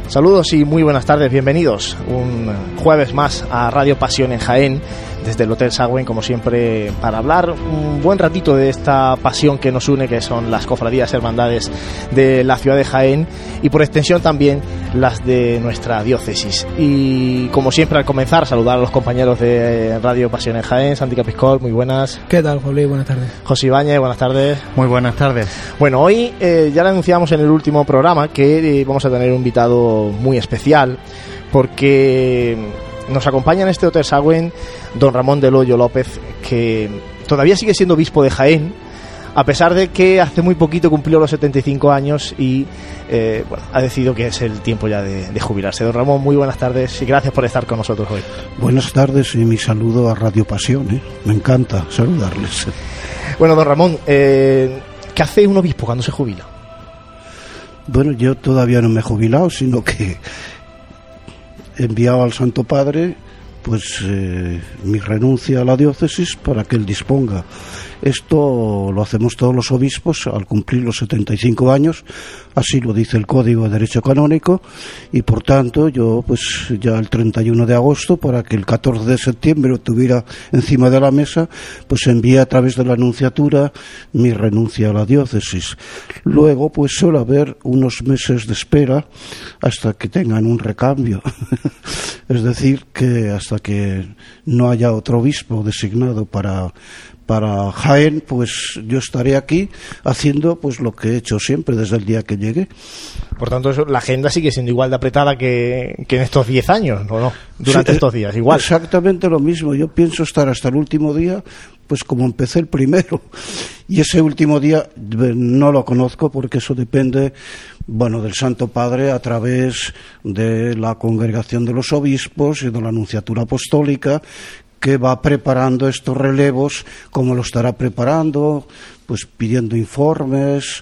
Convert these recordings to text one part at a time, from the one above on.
Saludos y muy buenas tardes, bienvenidos un jueves más a Radio Pasión en Jaén, desde el Hotel Sagüen, como siempre, para hablar un buen ratito de esta pasión que nos une, que son las cofradías, hermandades de la ciudad de Jaén y por extensión también las de nuestra diócesis. Y como siempre, al comenzar, saludar a los compañeros de Radio Pasión en Jaén. Santi Capiscol, muy buenas. ¿Qué tal, Juan Luis? Buenas tardes. José Ibáñez, buenas tardes. Muy buenas tardes. Bueno, hoy ya le anunciamos en el último programa que vamos a tener un invitado muy especial, porque nos acompaña en este Hotel Sagüen don Ramón del Hoyo López, que todavía sigue siendo obispo de Jaén, a pesar de que hace muy poquito cumplió los 75 años y ha decidido que es el tiempo ya de jubilarse. Don Ramón, muy buenas tardes y gracias por estar con nosotros hoy. Buenas tardes y mi saludo a Radio Pasión, Me encanta saludarles. Bueno, don Ramón, ¿qué hace un obispo cuando se jubila? Bueno, yo todavía no me he jubilado, sino que he enviado al Santo Padre pues mi renuncia a la diócesis para que él disponga. Esto lo hacemos todos los obispos al cumplir los 75 años, así lo dice el Código de Derecho Canónico, y por tanto yo pues ya el 31 de agosto, para que el 14 de septiembre lo tuviera encima de la mesa, pues envié a través de la Nunciatura mi renuncia a la diócesis. Luego pues suele haber unos meses de espera hasta que tengan un recambio, es decir, que hasta que no haya otro obispo designado para Jaén, pues yo estaré aquí haciendo pues lo que he hecho siempre desde el día que llegué. Por tanto, la agenda sigue siendo igual de apretada que en estos 10 años, ¿o no? Durante estos días, igual. Exactamente lo mismo. Yo pienso estar hasta el último día, pues como empecé el primero. Y ese último día no lo conozco porque eso depende, bueno, del Santo Padre a través de la Congregación de los Obispos y de la Nunciatura Apostólica, que va preparando estos relevos, como lo estará preparando, pues pidiendo informes,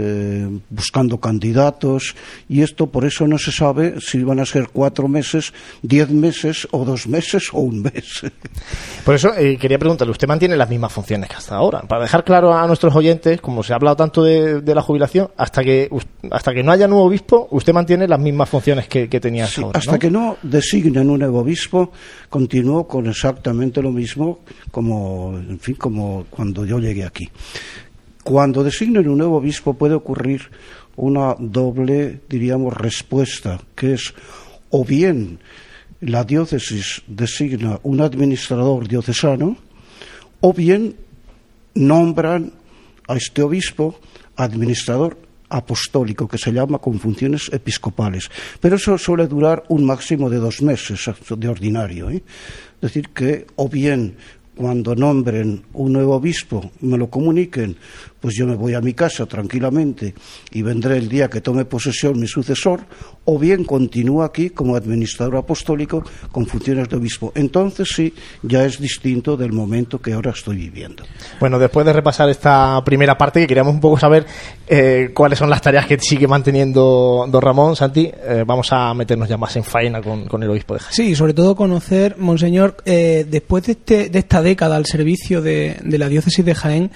buscando candidatos, y esto por eso no se sabe si van a ser 4 meses, 10 meses o 2 meses o 1 mes. Por eso quería preguntarle, ¿usted mantiene las mismas funciones que hasta ahora? Para dejar claro a nuestros oyentes, como se ha hablado tanto de la jubilación, hasta que no haya nuevo obispo, usted mantiene las mismas funciones que tenía hasta ahora, ¿no? Hasta que no designen un nuevo obispo, continúo con exactamente lo mismo como cuando yo llegué aquí. Cuando designen un nuevo obispo puede ocurrir una doble, diríamos, respuesta, que es o bien la diócesis designa un administrador diocesano, o bien nombran a este obispo administrador apostólico, que se llama con funciones episcopales. Pero eso suele durar un máximo de 2 meses de ordinario, Es decir, que o bien cuando nombren un nuevo obispo, me lo comuniquen, pues yo me voy a mi casa tranquilamente y vendré el día que tome posesión mi sucesor, o bien continúo aquí como administrador apostólico con funciones de obispo. Entonces sí, ya es distinto del momento que ahora estoy viviendo. Bueno, después de repasar esta primera parte, que queríamos un poco saber cuáles son las tareas que sigue manteniendo don Ramón, Santi, vamos a meternos ya más en faena con el obispo de Jaén. Sí, sobre todo conocer, monseñor, después de esta década al servicio de la diócesis de Jaén,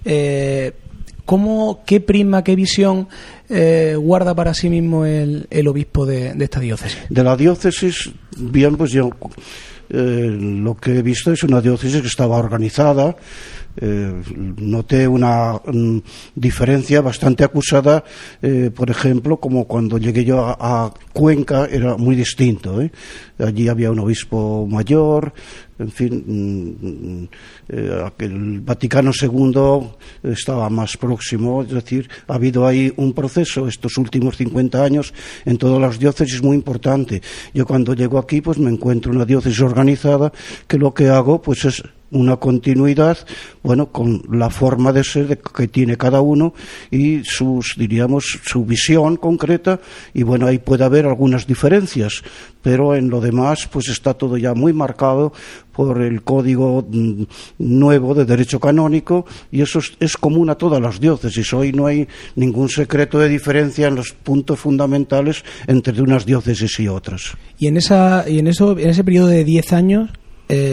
¿qué prisma, qué visión guarda para sí mismo el obispo de esta diócesis? De la diócesis, bien, pues yo lo que he visto es una diócesis que estaba organizada. Noté una diferencia bastante acusada, por ejemplo, como cuando llegué yo a Cuenca, era muy distinto, Allí había un obispo mayor, en fin, el Vaticano II estaba más próximo, es decir, ha habido ahí un proceso estos últimos 50 años en todas las diócesis muy importante. Yo cuando llego aquí pues me encuentro una diócesis organizada, que lo que hago pues es una continuidad, bueno, con la forma de ser que tiene cada uno y su visión concreta, y bueno, ahí puede haber algunas diferencias, pero en lo demás pues está todo ya muy marcado por el Código nuevo de Derecho Canónico, y eso es común a todas las diócesis. Hoy no hay ningún secreto de diferencia en los puntos fundamentales entre unas diócesis y otras. Y en ese periodo de 10 años,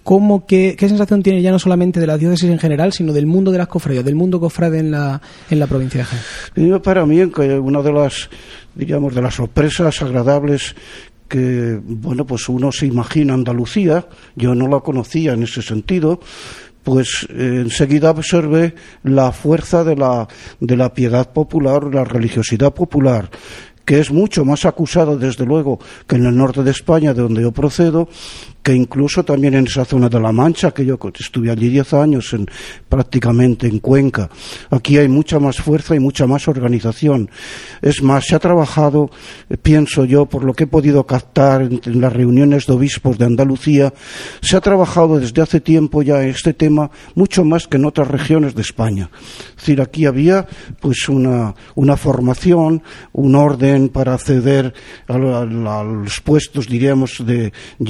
¿qué sensación tiene ya no solamente de la diócesis en general, sino del mundo de las cofradías, del mundo cofrade en la provincia de Jaén? Para mí, una de las, diríamos, de las sorpresas agradables que, bueno, pues uno se imagina Andalucía, yo no la conocía en ese sentido, pues enseguida observé la fuerza de la piedad popular, la religiosidad popular, que es mucho más acusada, desde luego, que en el norte de España, de donde yo procedo, que incluso también en esa zona de La Mancha, que yo estuve allí 10 años, prácticamente en Cuenca. Aquí hay mucha más fuerza y mucha más organización. Es más, se ha trabajado, pienso yo, por lo que he podido captar en las reuniones de obispos de Andalucía, se ha trabajado desde hace tiempo ya este tema mucho más que en otras regiones de España. Es decir, aquí había pues una formación, un orden para acceder a los puestos, diríamos, de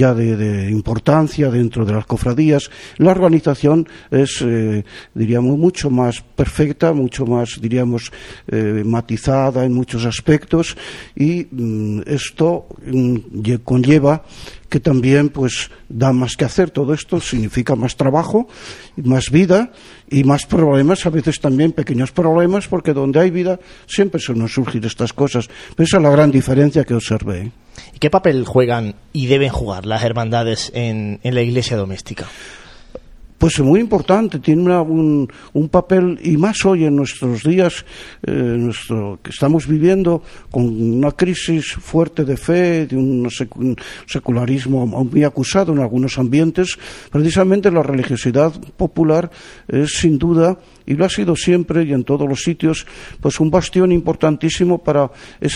importancia dentro de las cofradías. La organización es, diríamos, mucho más perfecta, mucho más, diríamos, matizada en muchos aspectos, y esto conlleva que también pues da más que hacer. Todo esto significa más trabajo, más vida y más problemas, a veces también pequeños problemas, porque donde hay vida siempre se nos surgen estas cosas. Pero esa es la gran diferencia que observé. ¿Y qué papel juegan y deben jugar las hermandades en la iglesia doméstica? Pues es muy importante, tiene un papel, y más hoy en nuestros días, que estamos viviendo con una crisis fuerte de fe, de un secularismo muy acusado en algunos ambientes. Precisamente la religiosidad popular es, sin duda, y lo ha sido siempre y en todos los sitios, pues un bastión importantísimo para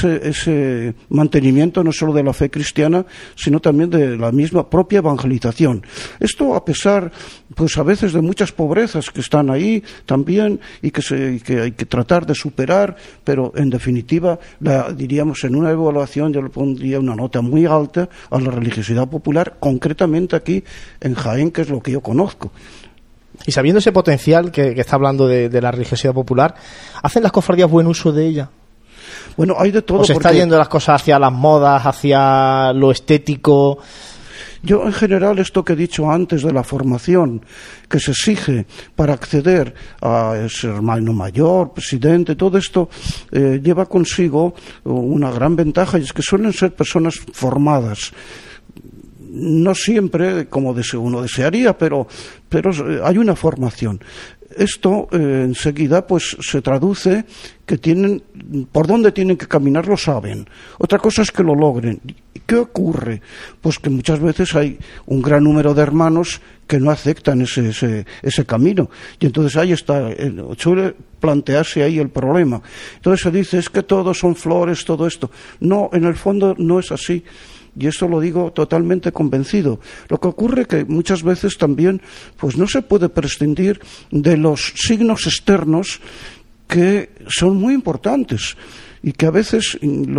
ese mantenimiento no solo de la fe cristiana, sino también de la misma propia evangelización. Esto a pesar, pues a veces, de muchas pobrezas que están ahí también, y que hay que tratar de superar, pero en definitiva, diríamos, en una evaluación yo le pondría una nota muy alta a la religiosidad popular, concretamente aquí en Jaén, que es lo que yo conozco. Y sabiendo ese potencial que está hablando de la religiosidad popular, ¿hacen las cofradías buen uso de ella? Bueno, hay de todo. ¿O se está yendo las cosas hacia las modas, hacia lo estético? Yo, en general, esto que he dicho antes de la formación que se exige para acceder a ser hermano mayor, presidente, todo esto lleva consigo una gran ventaja, y es que suelen ser personas formadas. No siempre como uno desearía, pero hay una formación. Esto enseguida pues se traduce que tienen, por dónde tienen que caminar lo saben. Otra cosa es que lo logren. ¿Qué ocurre? Pues que muchas veces hay un gran número de hermanos que no aceptan ese camino. Y entonces ahí está, suele plantearse ahí el problema. Entonces se dice, es que todos son flores, todo esto. No, en el fondo no es así. Y esto lo digo totalmente convencido. Lo que ocurre que muchas veces también pues no se puede prescindir de los signos externos, que son muy importantes, y que a veces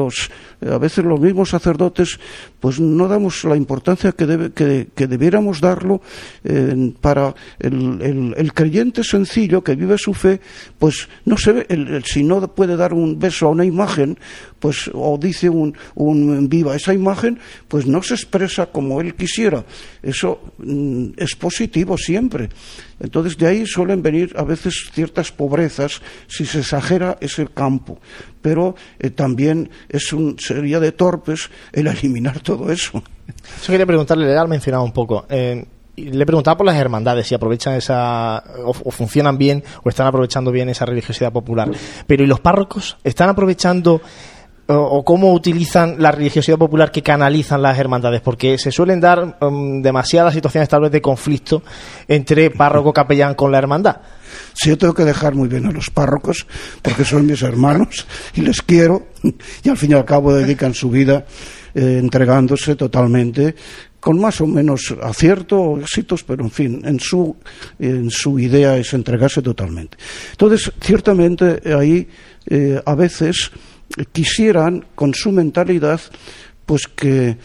los mismos sacerdotes pues no damos la importancia que debiéramos darlo para el creyente sencillo que vive su fe. Pues no se ve, si no puede dar un beso a una imagen, pues, o dice un viva esa imagen, pues no se expresa como él quisiera. Eso es positivo siempre. Entonces de ahí suelen venir a veces ciertas pobrezas si se exagera ese campo, pero también sería de torpes el eliminar todo eso. Eso quería preguntarle, le he mencionado un poco. Le preguntaba por las hermandades, si aprovechan o funcionan bien, o están aprovechando bien esa religiosidad popular. Pero ¿y los párrocos? ¿Están aprovechando o cómo utilizan la religiosidad popular que canalizan las hermandades? Porque se suelen dar demasiadas situaciones tal vez de conflicto entre párroco capellán con la hermandad. Sí, yo tengo que dejar muy bien a los párrocos, porque son mis hermanos y les quiero, y al fin y al cabo dedican su vida entregándose totalmente, con más o menos acierto o éxitos, pero en fin, en su idea es entregarse totalmente. Entonces, ciertamente ahí a veces quisieran, con su mentalidad, pues que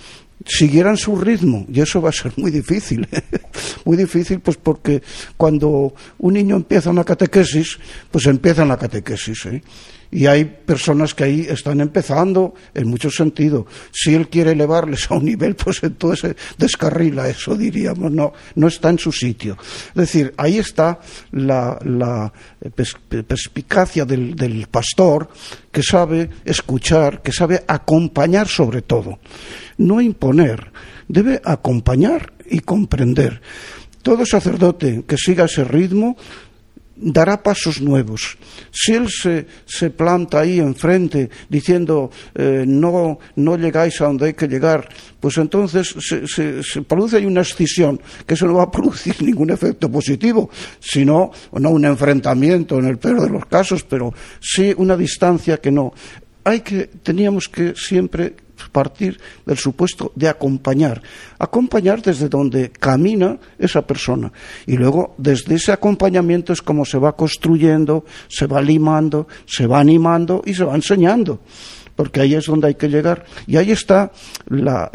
siguieran su ritmo, y eso va a ser muy difícil, muy difícil, pues porque cuando un niño empieza una catequesis, pues empieza en la catequesis, y hay personas que ahí están empezando en muchos sentidos. Si él quiere elevarles a un nivel, pues entonces descarrila eso, diríamos, no está en su sitio. Es decir, ahí está la perspicacia del pastor, que sabe escuchar, que sabe acompañar sobre todo, no imponer, debe acompañar y comprender. Todo sacerdote que siga ese ritmo dará pasos nuevos. Si él se planta ahí enfrente diciendo no llegáis a donde hay que llegar, pues entonces se produce ahí una escisión que eso no va a producir ningún efecto positivo, sino no un enfrentamiento en el peor de los casos, pero sí una distancia que no. Teníamos que siempre partir del supuesto de acompañar desde donde camina esa persona, y luego desde ese acompañamiento es como se va construyendo, se va limando, se va animando y se va enseñando, porque ahí es donde hay que llegar, y ahí está la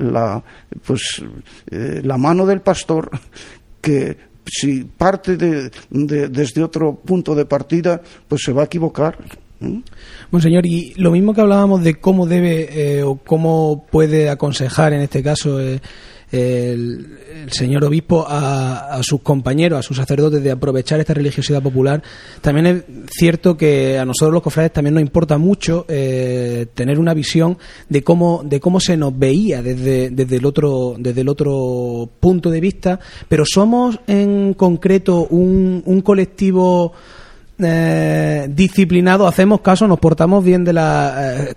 mano del pastor, que si parte desde otro punto de partida, pues se va a equivocar. Bueno, señor, y lo mismo que hablábamos de cómo debe o cómo puede aconsejar en este caso el señor obispo a sus compañeros, a sus sacerdotes, de aprovechar esta religiosidad popular, también es cierto que a nosotros los cofrades también nos importa mucho tener una visión de cómo se nos veía desde el otro punto de vista, pero somos en concreto un colectivo disciplinado, hacemos caso, nos portamos bien de las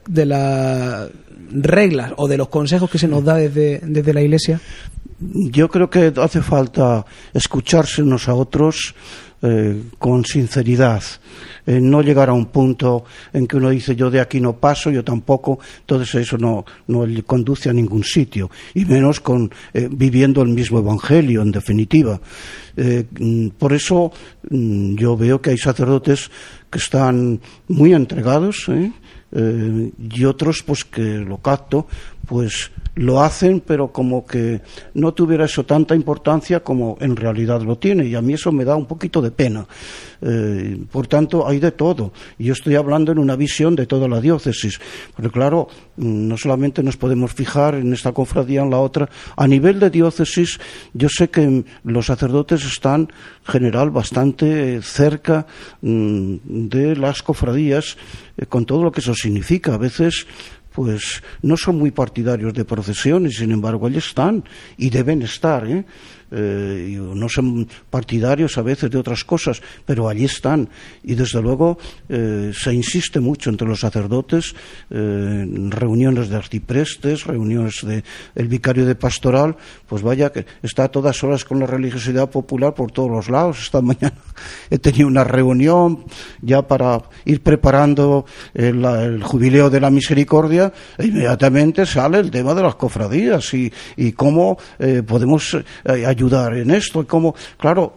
reglas o de los consejos que se nos da desde la Iglesia. Yo creo que hace falta escucharse unos a otros con sinceridad, no llegar a un punto en que uno dice yo de aquí no paso, yo tampoco, entonces eso no conduce a ningún sitio, y menos viviendo el mismo Evangelio, en definitiva. Por eso yo veo que hay sacerdotes que están muy entregados, y otros pues que lo capto, pues lo hacen, pero como que no tuviera eso tanta importancia como en realidad lo tiene, y a mí eso me da un poquito de pena. Por tanto, hay de todo, y yo estoy hablando en una visión de toda la diócesis, porque claro, no solamente nos podemos fijar en esta cofradía o en la otra. A nivel de diócesis, yo sé que los sacerdotes están en general bastante cerca de las cofradías, con todo lo que eso significa. A veces pues no son muy partidarios de procesiones, sin embargo allí están y deben estar, y no son partidarios a veces de otras cosas, pero allí están, y desde luego se insiste mucho entre los sacerdotes, reuniones de arciprestes, reuniones del vicario de pastoral, pues vaya que está a todas horas con la religiosidad popular por todos los lados. Esta mañana he tenido una reunión ya para ir preparando el jubileo de la misericordia, e inmediatamente sale el tema de las cofradías y cómo podemos ayudar en esto, y cómo, claro,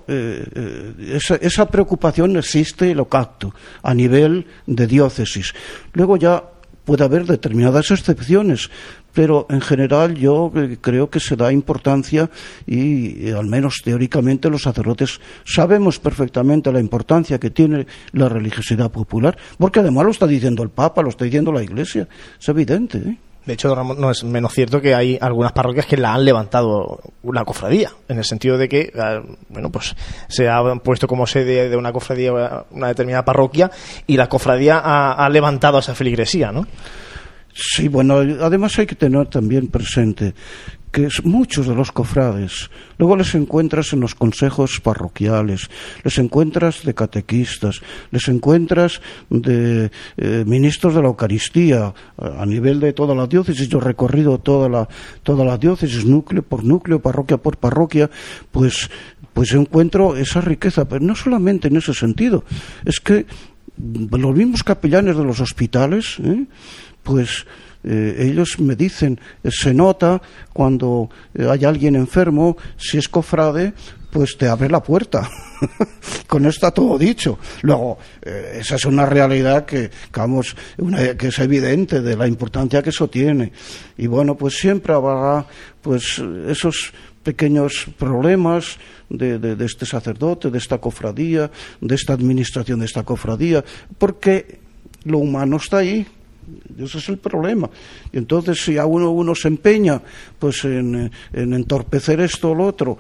esa preocupación existe, lo capto a nivel de diócesis. Luego ya puede haber determinadas excepciones, pero en general yo creo que se da importancia, y al menos teóricamente los sacerdotes sabemos perfectamente la importancia que tiene la religiosidad popular, porque además lo está diciendo el Papa, lo está diciendo la Iglesia, es evidente, De hecho, Ramón, no es menos cierto que hay algunas parroquias que la han levantado una cofradía, en el sentido de que, pues se ha puesto como sede de una cofradía una determinada parroquia, y la cofradía ha levantado a esa feligresía, ¿no? Sí, bueno, además hay que tener también presente que muchos de los cofrades luego les encuentras en los consejos parroquiales, les encuentras de catequistas, les encuentras de ministros de la Eucaristía a nivel de toda la diócesis. Yo he recorrido toda la diócesis, núcleo por núcleo, parroquia por parroquia, pues encuentro esa riqueza, pero no solamente en ese sentido, es que los mismos capellanes de los hospitales, pues ellos me dicen, se nota cuando hay alguien enfermo, si es cofrade, pues te abre la puerta. Con esto está todo dicho. Luego, esa es una realidad que es evidente de la importancia que eso tiene. Y bueno, pues siempre habrá pues esos pequeños problemas de este sacerdote, de esta cofradía, de esta administración de esta cofradía, porque lo humano está ahí. Ese es el problema. Y entonces, si a uno se empeña pues en entorpecer esto o lo otro,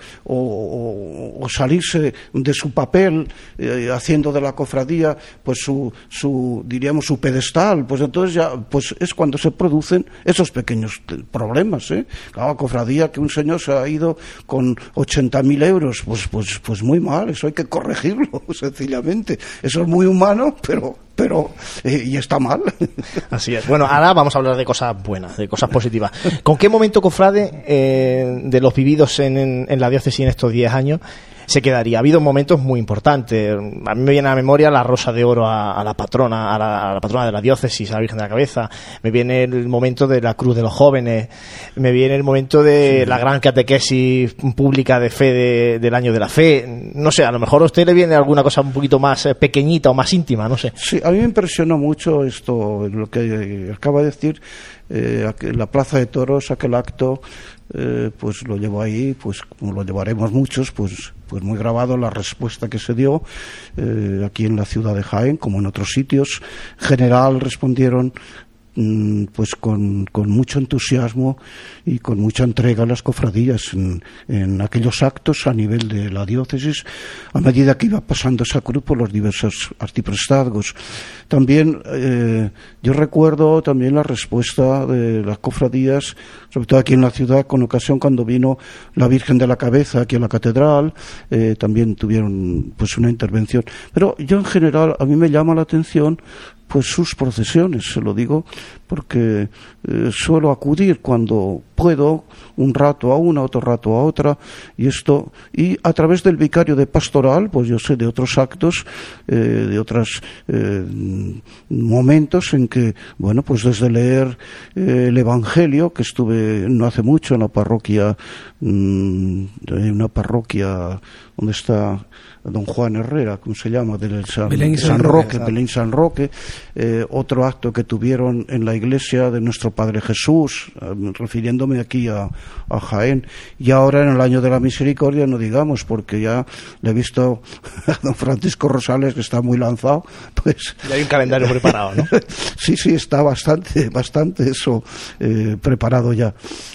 o salirse de su papel, haciendo de la cofradía pues diríamos su pedestal, pues entonces ya pues es cuando se producen esos pequeños problemas, Cada cofradía que un señor se ha ido con 80.000 euros, pues muy mal, eso hay que corregirlo sencillamente. Eso es muy humano, pero y está mal. Así es. Bueno, ahora vamos a hablar de cosas buenas, de cosas positivas. ¿Con qué momento, cofrade, de los vividos en la diócesis en estos 10 años se quedaría? Ha habido momentos muy importantes. A mí me viene a la memoria la Rosa de Oro a la patrona, a la patrona de la diócesis, a la Virgen de la Cabeza. Me viene el momento de la Cruz de los Jóvenes. Me viene el momento de la gran catequesis pública de fe del Año de la Fe. No sé, a lo mejor a usted le viene alguna cosa un poquito más pequeñita o más íntima, no sé. Sí, a mí me impresionó mucho esto, lo que acaba de decir, la Plaza de Toros, aquel acto, pues lo llevo ahí, pues como lo llevaremos muchos, pues muy grabado la respuesta que se dio aquí en la ciudad de Jaén, como en otros sitios. General respondieron pues con mucho entusiasmo y con mucha entrega a las cofradías en aquellos actos a nivel de la diócesis, a medida que iba pasando esa cruz por los diversos arciprestazgos. También yo recuerdo también la respuesta de las cofradías, sobre todo aquí en la ciudad, con ocasión cuando vino la Virgen de la Cabeza aquí a la catedral, también tuvieron pues una intervención. Pero yo en general, a mí me llama la atención pues sus procesiones, se lo digo porque suelo acudir cuando puedo, un rato a una, otro rato a otra, y a través del vicario de pastoral, pues yo sé de otros actos, de otros momentos en que, bueno, pues desde leer el Evangelio, que estuve no hace mucho en la parroquia, una parroquia donde está don Juan Herrera, ¿cómo se llama? Belén San Roque, Belén San Roque. Otro acto que tuvieron en la iglesia de nuestro Padre Jesús, refiriéndome aquí a Jaén. Y ahora en el Año de la Misericordia no digamos, porque ya le he visto a don Francisco Rosales, que está muy lanzado, pues ya hay un calendario preparado, ¿no? Sí, está bastante eso preparado ya.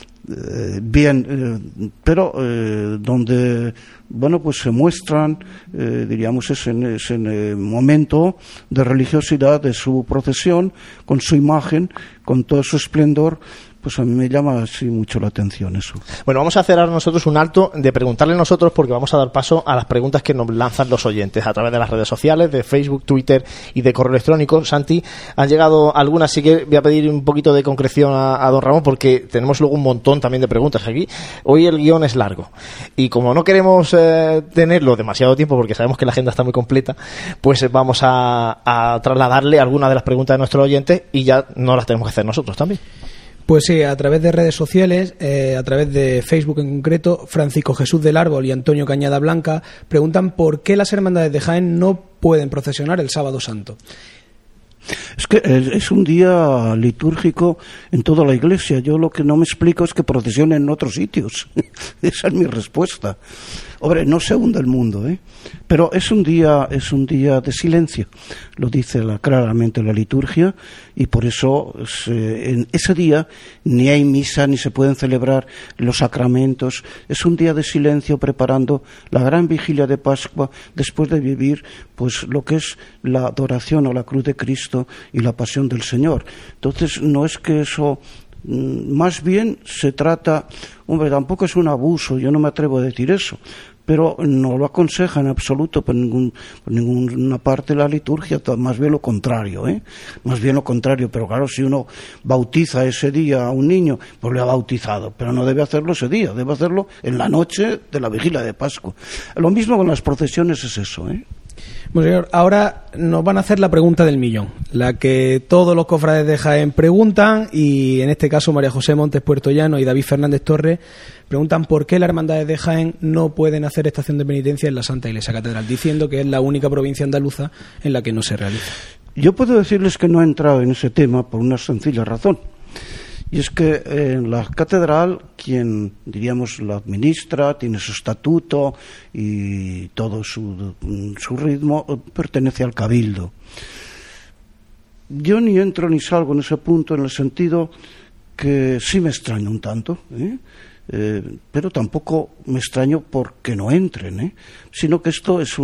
Pero donde, bueno, pues se muestran, diríamos, ese momento de religiosidad de su procesión, con su imagen, con todo su esplendor. Pues a mí me llama así mucho la atención eso. Bueno, vamos a hacer ahora nosotros un alto de preguntarle nosotros, porque vamos a dar paso a las preguntas que nos lanzan los oyentes a través de las redes sociales, de Facebook, Twitter y de correo electrónico. Santi, han llegado algunas, así que voy a pedir un poquito de concreción a don Ramón, porque tenemos luego un montón también de preguntas aquí. Hoy el guión es largo y como no queremos tenerlo demasiado tiempo, porque sabemos que la agenda está muy completa, pues vamos a trasladarle algunas de las preguntas de nuestros oyentes y ya no las tenemos que hacer nosotros también. Pues sí, a través de redes sociales, a través de Facebook en concreto, Francisco Jesús del Árbol y Antonio Cañada Blanca preguntan por qué las hermandades de Jaén no pueden procesionar el Sábado Santo. Es que es un día litúrgico en toda la iglesia. Yo lo que no me explico es que procesionen en otros sitios. Esa es mi respuesta. Hombre, no se hunda el mundo, pero es un día de silencio. Lo dice claramente la liturgia, y por eso en ese día ni hay misa ni se pueden celebrar los sacramentos. Es un día de silencio preparando la gran vigilia de Pascua, después de vivir pues lo que es la adoración a la cruz de Cristo y la pasión del Señor. Entonces no es que eso, más bien se trata, hombre, tampoco es un abuso, yo no me atrevo a decir eso, pero no lo aconseja en absoluto por ninguna parte de la liturgia, más bien lo contrario, más bien lo contrario. Pero claro, si uno bautiza ese día a un niño, pues le ha bautizado, pero no debe hacerlo ese día, debe hacerlo en la noche de la vigilia de Pascua. Lo mismo con las procesiones es eso, Bueno, señor, ahora nos van a hacer la pregunta del millón, la que todos los cofrades de Jaén preguntan, y en este caso María José Montes Puertollano y David Fernández Torres preguntan por qué las hermandades de Jaén no pueden hacer estación de penitencia en la Santa Iglesia Catedral, diciendo que es la única provincia andaluza en la que no se realiza. Yo puedo decirles que no he entrado en ese tema por una sencilla razón. Y es que en la catedral, quien, diríamos, la administra, tiene su estatuto y todo su ritmo, pertenece al cabildo. Yo ni entro ni salgo en ese punto, en el sentido que sí me extraño un tanto, pero tampoco me extraño porque no entren, sino que esto es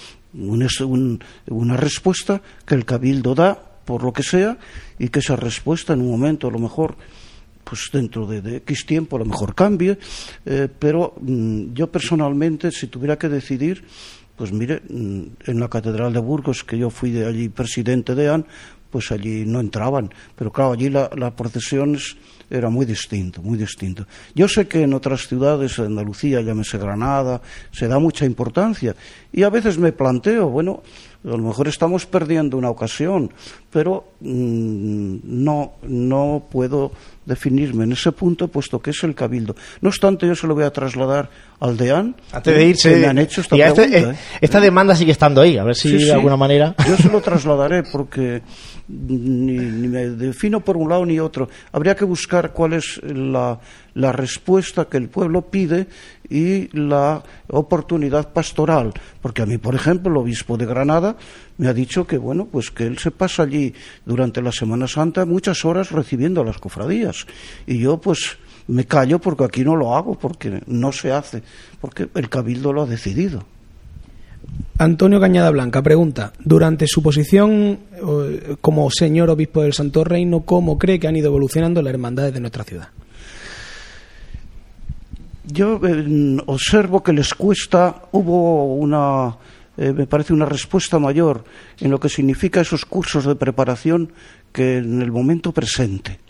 una respuesta que el cabildo da, por lo que sea, y que esa respuesta en un momento a lo mejor, pues dentro de X tiempo a lo mejor cambie, pero yo personalmente, si tuviera que decidir, pues mire, en la Catedral de Burgos, que yo fui de allí presidente de AN, pues allí no entraban, pero claro, allí la procesión era muy distinto, muy distinto. Yo sé que en otras ciudades de Andalucía, llámese Granada, se da mucha importancia, y a veces me planteo, bueno, a lo mejor estamos perdiendo una ocasión, pero no puedo definirme en ese punto, puesto que es el cabildo. No obstante, yo se lo voy a trasladar al DEAN. Antes de irse, me han hecho esta pregunta, esta demanda sigue estando ahí, a ver si de alguna manera. Yo se lo trasladaré, porque ni me defino por un lado ni otro. Habría que buscar cuál es la respuesta que el pueblo pide y la oportunidad pastoral, porque a mí, por ejemplo, el obispo de Granada me ha dicho que, bueno, pues que él se pasa allí durante la Semana Santa muchas horas recibiendo a las cofradías, y yo pues me callo porque aquí no lo hago, porque no se hace, porque el cabildo lo ha decidido. Antonio Cañada Blanca pregunta, durante su posición como señor obispo del Santo Reino, ¿cómo cree que han ido evolucionando las hermandades de nuestra ciudad? Yo observo que les cuesta, me parece una respuesta mayor en lo que significa esos cursos de preparación que en el momento presente.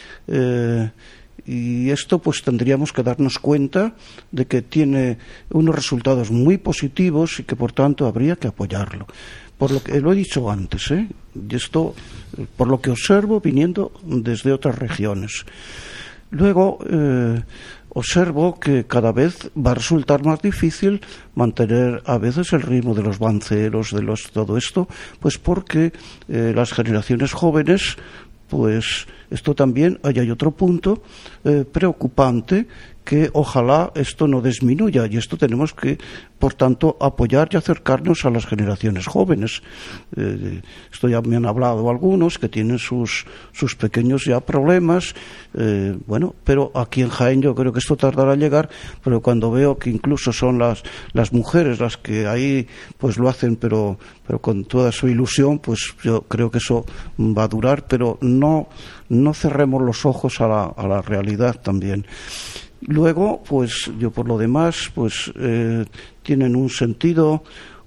Y esto pues tendríamos que darnos cuenta de que tiene unos resultados muy positivos y que por tanto habría que apoyarlo. Por lo que lo he dicho antes, y esto por lo que observo viniendo desde otras regiones. Luego observo que cada vez va a resultar más difícil mantener a veces el ritmo de los banceros, todo esto, pues porque las generaciones jóvenes, pues esto también, ahí hay otro punto preocupante, que ojalá esto no disminuya, y esto tenemos que, por tanto, apoyar y acercarnos a las generaciones jóvenes. Esto ya me han hablado algunos que tienen sus pequeños ya problemas, bueno, pero aquí en Jaén yo creo que esto tardará en llegar, pero cuando veo que incluso son las mujeres las que ahí pues lo hacen, pero con toda su ilusión, pues yo creo que eso va a durar, pero no cerremos los ojos a la realidad también. Luego, pues yo por lo demás, pues tienen un sentido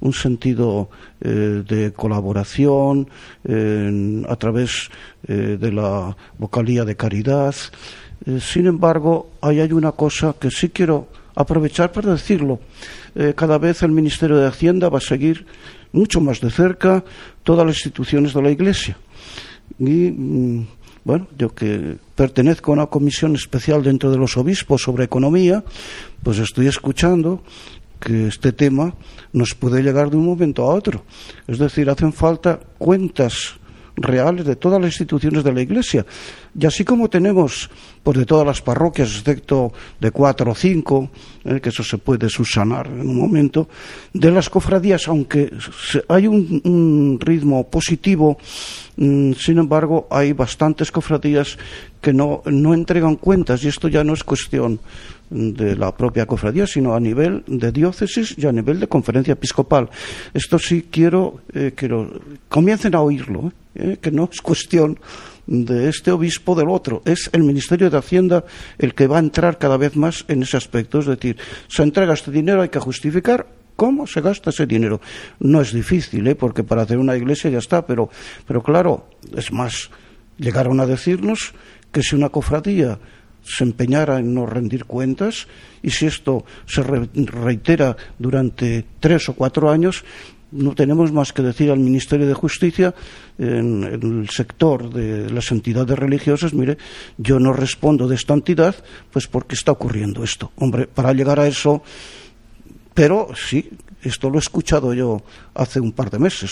de colaboración a través de la vocalía de caridad. Sin embargo, ahí hay una cosa que sí quiero aprovechar para decirlo. Cada vez el Ministerio de Hacienda va a seguir mucho más de cerca todas las instituciones de la Iglesia. Y bueno, yo que pertenezco a una comisión especial dentro de los obispos sobre economía, pues estoy escuchando que este tema nos puede llegar de un momento a otro. Es decir, hacen falta cuentas reales de todas las instituciones de la Iglesia. Y así como tenemos pues de todas las parroquias, excepto de 4 o 5, que eso se puede subsanar en un momento, de las cofradías, aunque hay un ritmo positivo, sin embargo, hay bastantes cofradías que no entregan cuentas, y esto ya no es cuestión de la propia cofradía, sino a nivel de diócesis y a nivel de conferencia episcopal. Esto sí quiero que comiencen a oírlo, que no es cuestión de este obispo del otro, es el Ministerio de Hacienda el que va a entrar cada vez más en ese aspecto. Es decir, se entrega este dinero, hay que justificar cómo se gasta ese dinero. No es difícil, porque para hacer una iglesia ya está, pero claro, es más, llegaron a decirnos que si una cofradía se empeñara en no rendir cuentas, y si esto se reitera durante 3 o 4 años, no tenemos más que decir al Ministerio de Justicia, en el sector de las entidades religiosas, mire, yo no respondo de esta entidad, pues porque está ocurriendo esto. Hombre, para llegar a eso, pero sí, esto lo he escuchado yo hace un par de meses,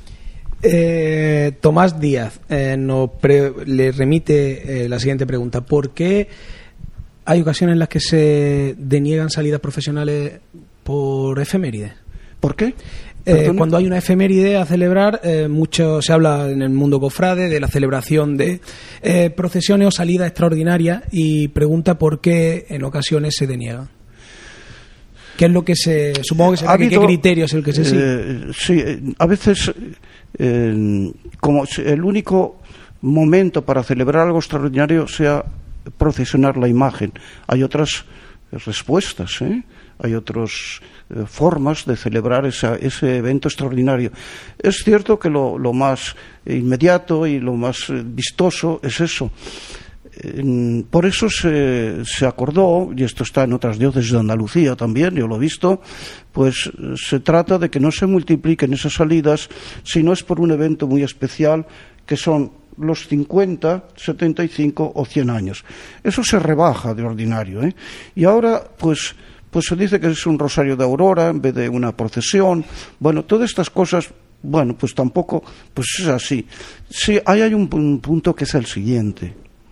Tomás Díaz le remite la siguiente pregunta. ¿Por qué hay ocasiones en las que se deniegan salidas profesionales por efemérides? ¿Por qué? Cuando hay una efeméride a celebrar, mucho se habla en el mundo cofrade de la celebración de procesiones o salidas extraordinarias, y pregunta por qué en ocasiones se deniegan. ¿Qué es lo que supongo que será qué criterio es el que se sigue? Sí, a veces como el único momento para celebrar algo extraordinario sea procesionar la imagen. Hay otras respuestas, hay otras formas de celebrar ese evento extraordinario. Es cierto que lo más inmediato y lo más vistoso es eso. Por eso se acordó, y esto está en otras diócesis de Andalucía también, yo lo he visto, pues se trata de que no se multipliquen esas salidas si no es por un evento muy especial, que son los 50, 75 o 100 años. Eso se rebaja de ordinario, Y ahora, pues se dice que es un rosario de aurora en vez de una procesión. Bueno, todas estas cosas, bueno, pues tampoco, pues es así. Sí, hay un punto que es el siguiente.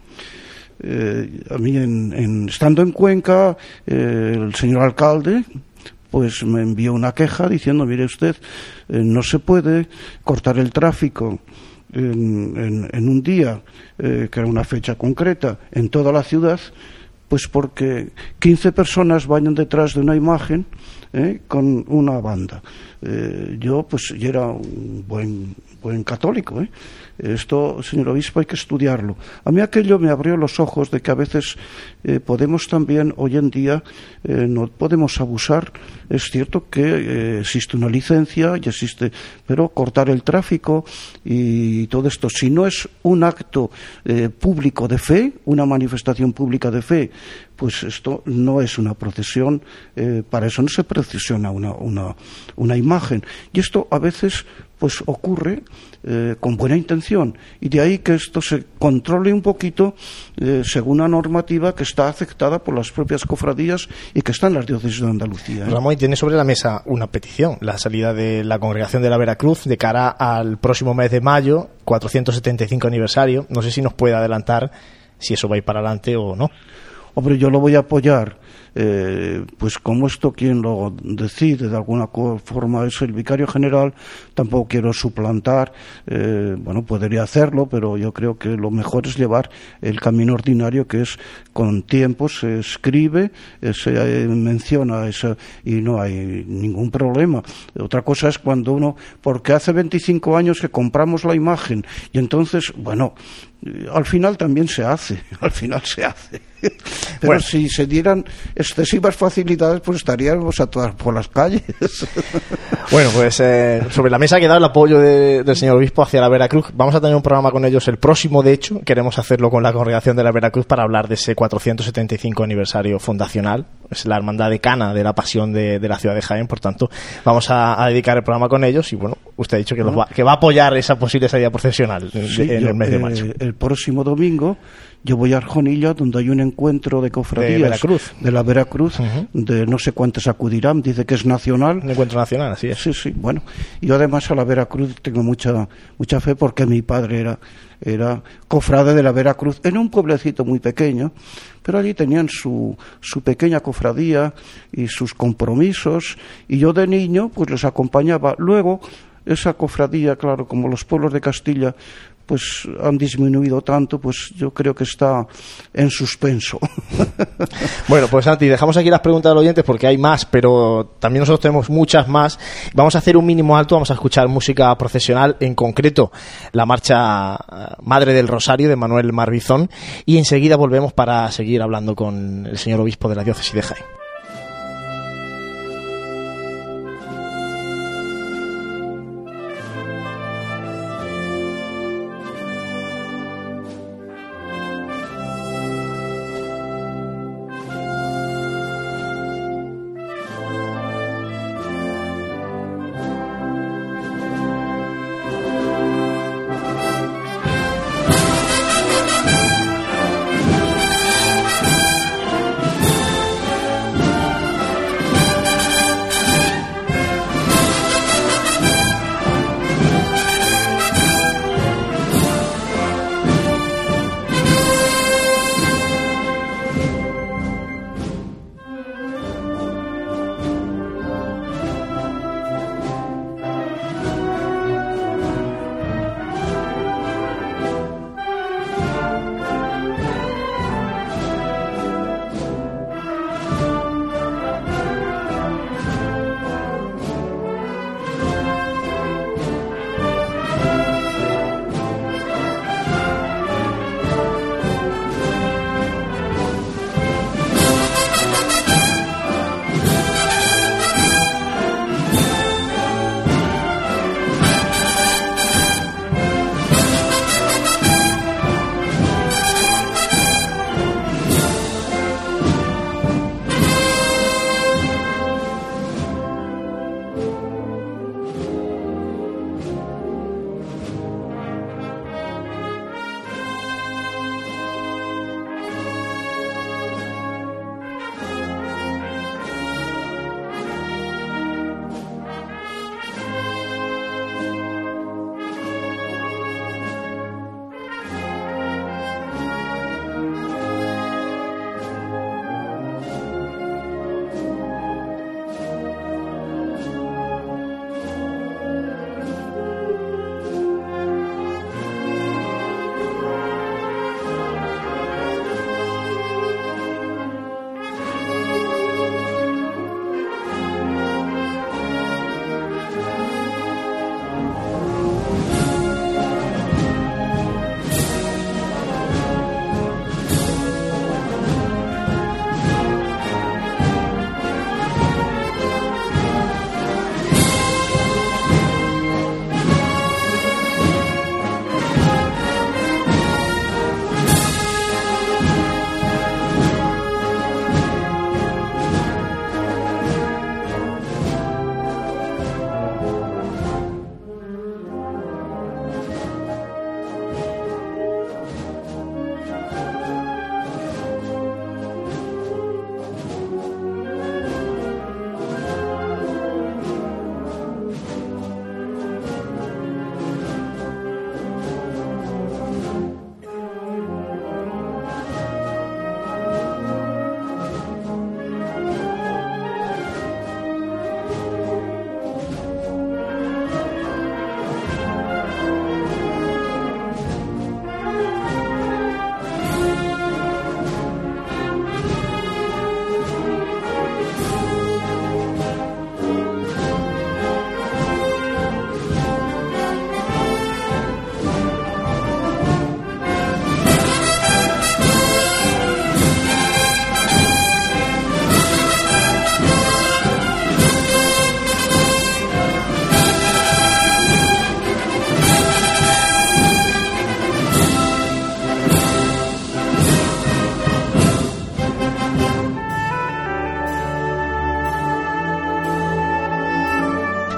A mí, estando en Cuenca, el señor alcalde pues me envió una queja diciendo, mire usted, no se puede cortar el tráfico en un día, que era una fecha concreta, en toda la ciudad, pues porque 15 personas vayan detrás de una imagen con una banda. Yo era un buen católico, Esto, señor obispo, hay que estudiarlo. A mí aquello me abrió los ojos de que a veces podemos también, hoy en día, no podemos abusar. Es cierto que existe una licencia y pero cortar el tráfico y todo esto, si no es un acto público de fe, una manifestación pública de fe, pues esto no es una procesión, para eso no se procesiona una imagen. Y esto a veces pues ocurre con buena intención, y de ahí que esto se controle un poquito según una normativa que está aceptada por las propias cofradías y que está en las diócesis de Andalucía. Ramón, tiene sobre la mesa una petición, la salida de la Congregación de la Veracruz de cara al próximo mes de mayo, 475 aniversario. No sé si nos puede adelantar si eso va a ir para adelante o no. Hombre, yo lo voy a apoyar, pues como esto quien lo decide de alguna forma es el vicario general, tampoco quiero suplantar, podría hacerlo, pero yo creo que lo mejor es llevar el camino ordinario, que es con tiempo, se escribe, se menciona eso y no hay ningún problema. Otra cosa es cuando porque hace 25 años que compramos la imagen y entonces, al final también se hace, Pero si se dieran excesivas facilidades, pues estaríamos a todas por las calles. Bueno, pues sobre la mesa ha quedado el apoyo del señor obispo hacia la Veracruz. Vamos a tener un programa con ellos el próximo, de hecho. Queremos hacerlo con la Congregación de la Veracruz para hablar de ese 475 aniversario fundacional. Es la Hermandad Decana de la Pasión de la ciudad de Jaén. Por tanto, vamos a dedicar el programa con ellos. Y bueno, usted ha dicho que va a apoyar esa posible salida procesional en el mes de mayo. El próximo domingo yo voy a Arjonilla, donde hay un encuentro de cofradías de la Veracruz, de no sé cuántos acudirán, dice que es nacional. Un encuentro nacional, así es. Sí, bueno. Y yo además a la Veracruz tengo mucha fe, porque mi padre era cofrade de la Veracruz en un pueblecito muy pequeño, pero allí tenían su pequeña cofradía y sus compromisos, y yo de niño pues les acompañaba. Luego esa cofradía, claro, como los pueblos de Castilla pues han disminuido tanto, pues yo creo que está en suspenso. Bueno, pues Santi, dejamos aquí las preguntas de los oyentes porque hay más, pero también nosotros tenemos muchas más. Vamos a hacer un mínimo alto, vamos a escuchar música procesional, en concreto la marcha Madre del Rosario de Manuel Marbizón, y enseguida volvemos para seguir hablando con el señor obispo de la diócesis de Jaén.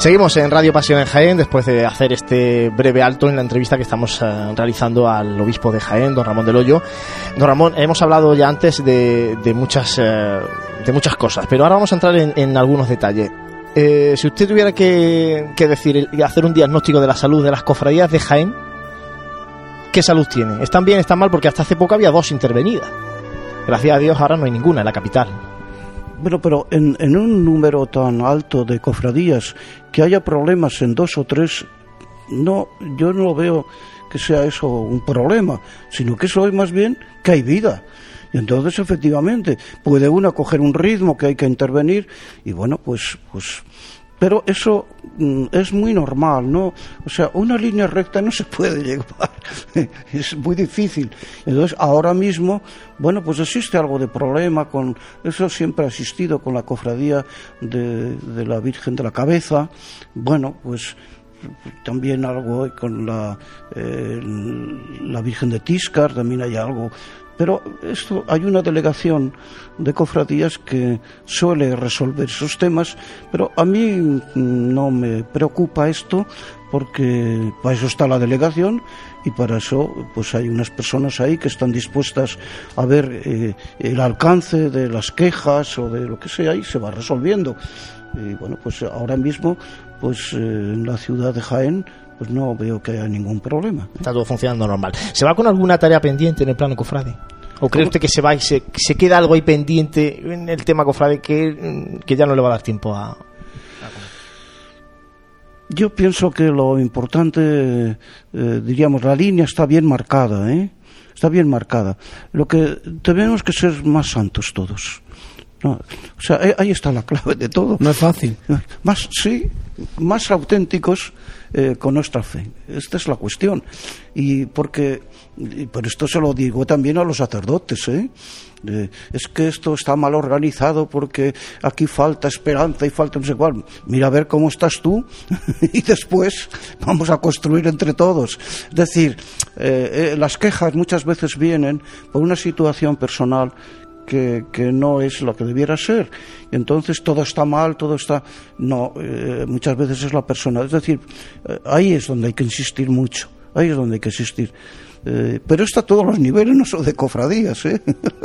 Seguimos en Radio Pasión en Jaén después de hacer este breve alto en la entrevista que estamos realizando al obispo de Jaén, don Ramón del Hoyo. Don Ramón, hemos hablado ya antes de muchas cosas, pero ahora vamos a entrar en algunos detalles. Si usted tuviera que decir, hacer un diagnóstico de la salud de las cofradías de Jaén, ¿qué salud tienen? ¿Están bien, están mal? Porque hasta hace poco había 2 intervenidas. Gracias a Dios ahora no hay ninguna en la capital. Bueno, pero en un número tan alto de cofradías, que haya problemas en 2 o 3, no, yo no veo que sea eso un problema, sino que eso es más bien que hay vida. Y entonces, efectivamente, puede una coger un ritmo que hay que intervenir, y bueno, pues pero eso es muy normal, ¿no? O sea, una línea recta no se puede llevar, es muy difícil. Entonces, ahora mismo, bueno, pues existe algo de problema con eso, siempre ha existido con la cofradía de la Virgen de la Cabeza. Bueno, pues también algo con la Virgen de Tíscar, también hay algo. Pero esto, hay una delegación de cofradías que suele resolver esos temas, pero a mí no me preocupa esto, porque para eso está la delegación y para eso pues hay unas personas ahí que están dispuestas a ver el alcance de las quejas o de lo que sea, y se va resolviendo. Y bueno, pues ahora mismo pues en la ciudad de Jaén pues no veo que haya ningún problema. Está todo funcionando normal. ¿Se va con alguna tarea pendiente en el plano cofrade? ¿O cree usted que se va y se queda algo ahí pendiente en el tema cofrade que ya no le va a dar tiempo a... Yo pienso que lo importante, diríamos, la línea está bien marcada, está bien marcada. Lo que tenemos que ser más santos todos. No, o sea, ahí está la clave de todo. No es fácil. Más auténticos con nuestra fe. Esta es la cuestión. Y por esto se lo digo también a los sacerdotes, es que esto está mal organizado porque aquí falta esperanza y falta no sé cuál. Mira a ver cómo estás tú y después vamos a construir entre todos. Es decir, las quejas muchas veces vienen por una situación personal que no es lo que debiera ser, y entonces todo está mal, todo está... No, muchas veces es la persona. Es decir, ahí es donde hay que insistir mucho, ahí es donde hay que insistir. Pero está a todos los niveles, no solo de cofradías, En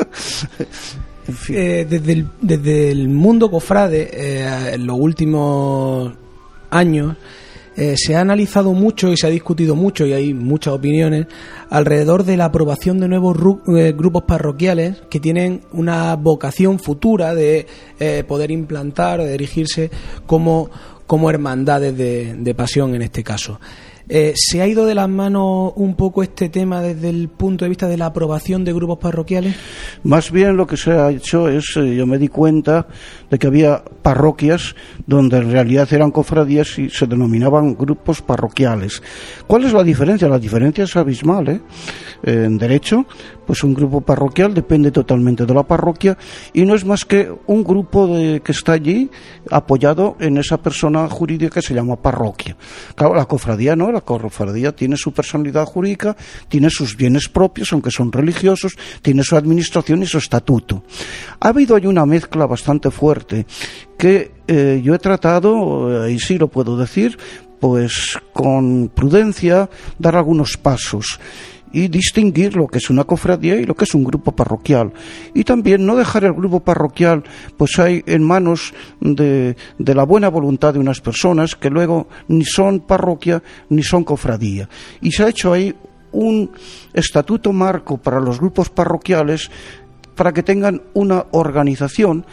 fin. Desde el mundo cofrade, en los últimos años, se ha analizado mucho y se ha discutido mucho, y hay muchas opiniones alrededor de la aprobación de nuevos grupos parroquiales que tienen una vocación futura de poder implantar o de erigirse como hermandades de pasión en este caso. ¿Se ha ido de las manos un poco este tema desde el punto de vista de la aprobación de grupos parroquiales? Más bien lo que se ha hecho es, yo me di cuenta de que había parroquias donde en realidad eran cofradías y se denominaban grupos parroquiales. ¿Cuál es la diferencia? La diferencia es abismal, En derecho, pues un grupo parroquial depende totalmente de la parroquia y no es más que un grupo que está allí apoyado en esa persona jurídica que se llama parroquia. Claro, la cofradía no, la cofradía tiene su personalidad jurídica, tiene sus bienes propios, aunque son religiosos, tiene su administración y su estatuto. Ha habido ahí una mezcla bastante fuerte que yo he tratado, y sí lo puedo decir, pues con prudencia, dar algunos pasos y distinguir lo que es una cofradía y lo que es un grupo parroquial. Y también no dejar el grupo parroquial pues hay en manos de la buena voluntad de unas personas que luego ni son parroquia ni son cofradía. Y se ha hecho ahí un estatuto marco para los grupos parroquiales para que tengan una organización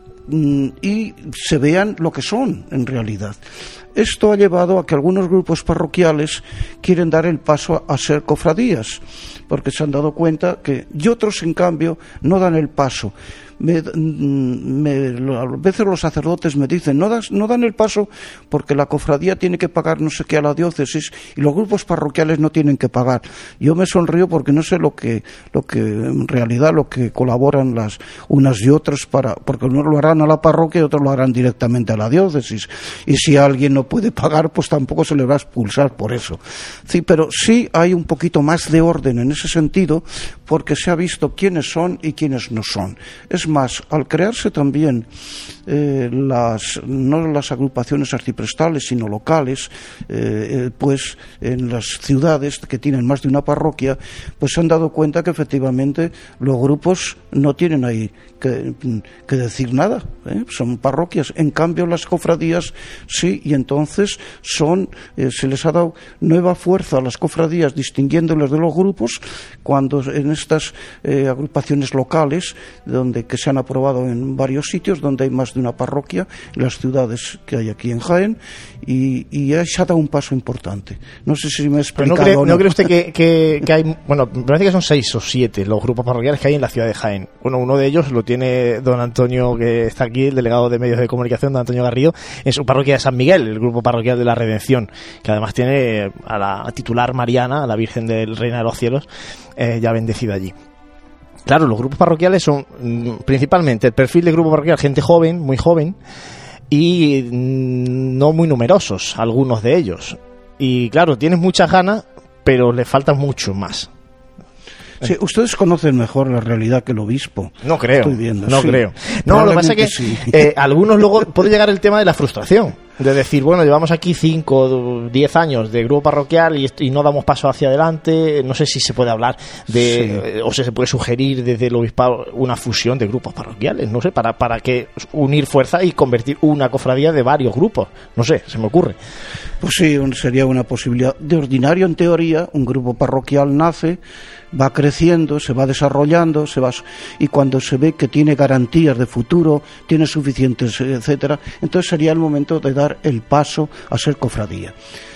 y se vean lo que son en realidad. Esto ha llevado a que algunos grupos parroquiales quieren dar el paso a ser cofradías, porque se han dado cuenta y otros en cambio no dan el paso. A veces los sacerdotes me dicen no dan el paso porque la cofradía tiene que pagar no sé qué a la diócesis y los grupos parroquiales no tienen que pagar. Yo me sonrío porque no sé lo que en realidad lo que colaboran las unas y otras porque unos lo harán a la parroquia y otros lo harán directamente a la diócesis, y si alguien no puede pagar, pues tampoco se le va a expulsar por eso. Sí, pero sí hay un poquito más de orden en ese sentido, porque se ha visto quiénes son y quiénes no son. Es más, al crearse también no las agrupaciones arciprestales, sino locales, pues en las ciudades que tienen más de una parroquia, pues se han dado cuenta que efectivamente los grupos no tienen ahí que decir nada, son parroquias. En cambio las cofradías sí, y entonces se les ha dado nueva fuerza a las cofradías, distinguiéndolas de los grupos, cuando en estas agrupaciones locales, que se han aprobado en varios sitios, donde hay más de una parroquia, en las ciudades que hay aquí en Jaén, y se ha dado un paso importante. No sé si me he explicado. ¿No cree usted que hay, bueno, me parece que son 6 o 7 los grupos parroquiales que hay en la ciudad de Jaén? Bueno, uno de ellos lo tiene don Antonio, que está aquí, el delegado de medios de comunicación, don Antonio Garrido, en su parroquia de San Miguel, el grupo parroquial de la Redención, que además tiene a la titular Mariana, a la Virgen del Reina de los Cielos, ya bendecida allí. Claro, los grupos parroquiales son principalmente el perfil de grupo parroquial, gente joven, muy joven, y no muy numerosos, algunos de ellos. Y claro, tienen muchas ganas, pero les faltan mucho más. Sí, ustedes conocen mejor la realidad que el obispo. No creo. Estoy viendo. No sí. Creo. No, lo que pasa es que sí. Algunos luego puede llegar el tema de la frustración. De decir, bueno, llevamos aquí 5 o 10 años de grupo parroquial y no damos paso hacia adelante. No sé si se puede hablar de, o se puede sugerir desde el obispado una fusión de grupos parroquiales. No sé, para que unir fuerza y convertir una cofradía de varios grupos. No sé, se me ocurre. Pues sí, sería una posibilidad. De ordinario, en teoría, un grupo parroquial nace, va creciendo, se va desarrollando, y cuando se ve que tiene garantías de futuro, tiene suficientes, etcétera, entonces sería el momento de dar el paso a ser cofradía.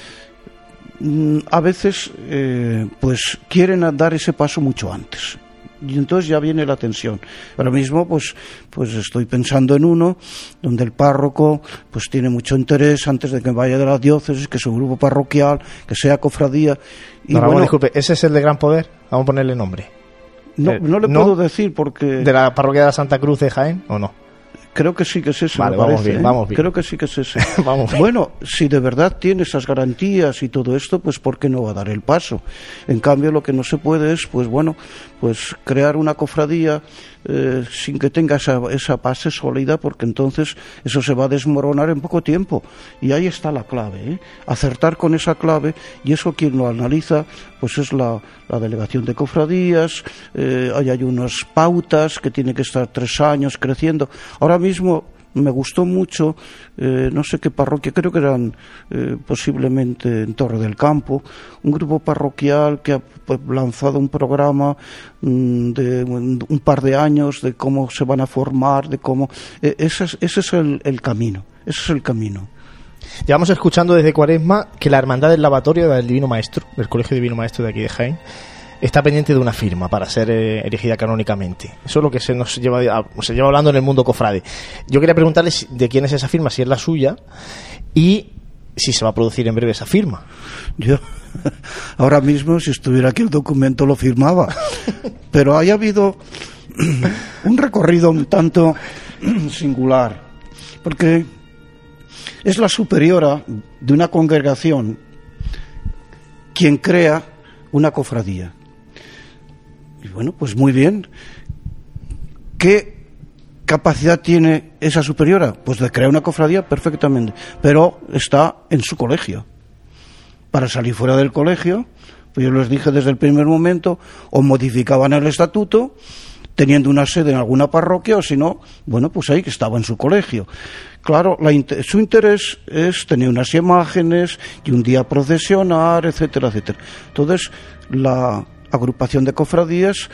A veces pues quieren dar ese paso mucho antes, y entonces ya viene la tensión. Ahora mismo pues estoy pensando en uno donde el párroco pues tiene mucho interés, antes de que vaya de la diócesis, que su grupo parroquial, que sea cofradía. Y Ramón, disculpe, ¿ese es el de Gran Poder? Vamos a ponerle nombre. No le puedo decir porque... ¿De la parroquia de la Santa Cruz de Jaén o no? Creo que sí que es ese. Vale, vamos bien. Creo que sí que es ese. Vamos bien. Bueno, si de verdad tiene esas garantías y todo esto, pues ¿por qué no va a dar el paso? En cambio, lo que no se puede es, pues bueno, pues crear una cofradía sin que tenga esa base sólida, porque entonces eso se va a desmoronar en poco tiempo. Y ahí está la clave, acertar con esa clave, y eso quien lo analiza pues es la delegación de cofradías. Hay unas pautas que tiene que estar 3 años creciendo. Ahora mismo me gustó mucho, no sé qué parroquia, creo que eran posiblemente en Torre del Campo, un grupo parroquial que ha lanzado un programa de un par de años de cómo se van a formar, de cómo... ese es el camino, ese es el camino. Llevamos escuchando desde Cuaresma que la Hermandad del Lavatorio del Divino Maestro, del Colegio Divino Maestro de aquí de Jaén, está pendiente de una firma para ser erigida canónicamente. Eso es lo que se lleva hablando en el mundo cofrade. Yo quería preguntarle de quién es esa firma, si es la suya, y si se va a producir en breve esa firma. Yo, ahora mismo, si estuviera aquí el documento, lo firmaba. Pero haya habido un recorrido un tanto singular, porque es la superiora de una congregación quien crea una cofradía. Y bueno, pues muy bien. ¿Qué capacidad tiene esa superiora? Pues de crear una cofradía perfectamente, pero está en su colegio. Para salir fuera del colegio, pues yo les dije desde el primer momento, o modificaban el estatuto, teniendo una sede en alguna parroquia, o si no, bueno, pues ahí que estaba en su colegio. Claro, su interés es tener unas imágenes y un día procesionar, etcétera, etcétera. Entonces, la agrupación de cofradías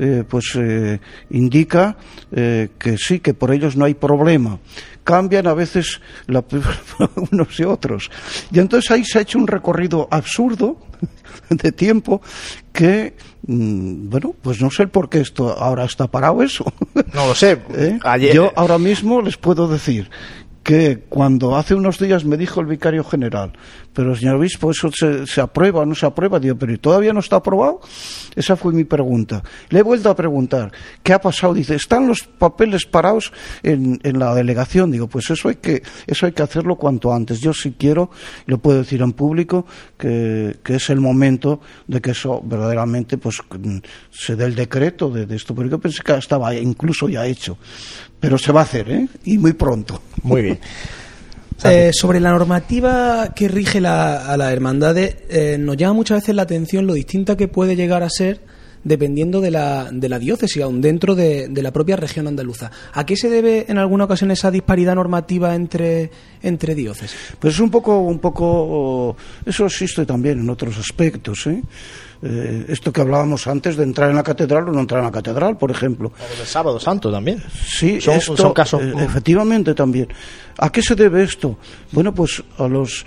indica que sí, que por ellos no hay problema. Cambian a veces unos y otros. Y entonces ahí se ha hecho un recorrido absurdo de tiempo que, bueno, pues no sé por qué esto ahora está parado eso. No lo sé. Yo ahora mismo les puedo decir que cuando hace unos días me dijo el vicario general, pero señor obispo, ¿eso se aprueba o no se aprueba? Digo, pero ¿todavía no está aprobado? Esa fue mi pregunta. Le he vuelto a preguntar, ¿qué ha pasado? Dice, están los papeles parados en la delegación. Digo, pues eso hay que hacerlo cuanto antes. Yo sí quiero, lo puedo decir en público, que es el momento de que eso verdaderamente pues se dé el decreto de esto, pero yo pensé que estaba incluso ya hecho. Pero se va a hacer, y muy pronto. Muy bien. Sobre la normativa que rige a las hermandades, nos llama muchas veces la atención lo distinta que puede llegar a ser dependiendo de la diócesis, aún dentro de la propia región andaluza. ¿A qué se debe en alguna ocasión esa disparidad normativa entre diócesis? Pues es un poco eso existe también en otros aspectos, esto que hablábamos antes de entrar en la catedral o no entrar en la catedral, por ejemplo. O del Sábado Santo también. Sí, son casos. Efectivamente también. ¿A qué se debe esto? Bueno, pues a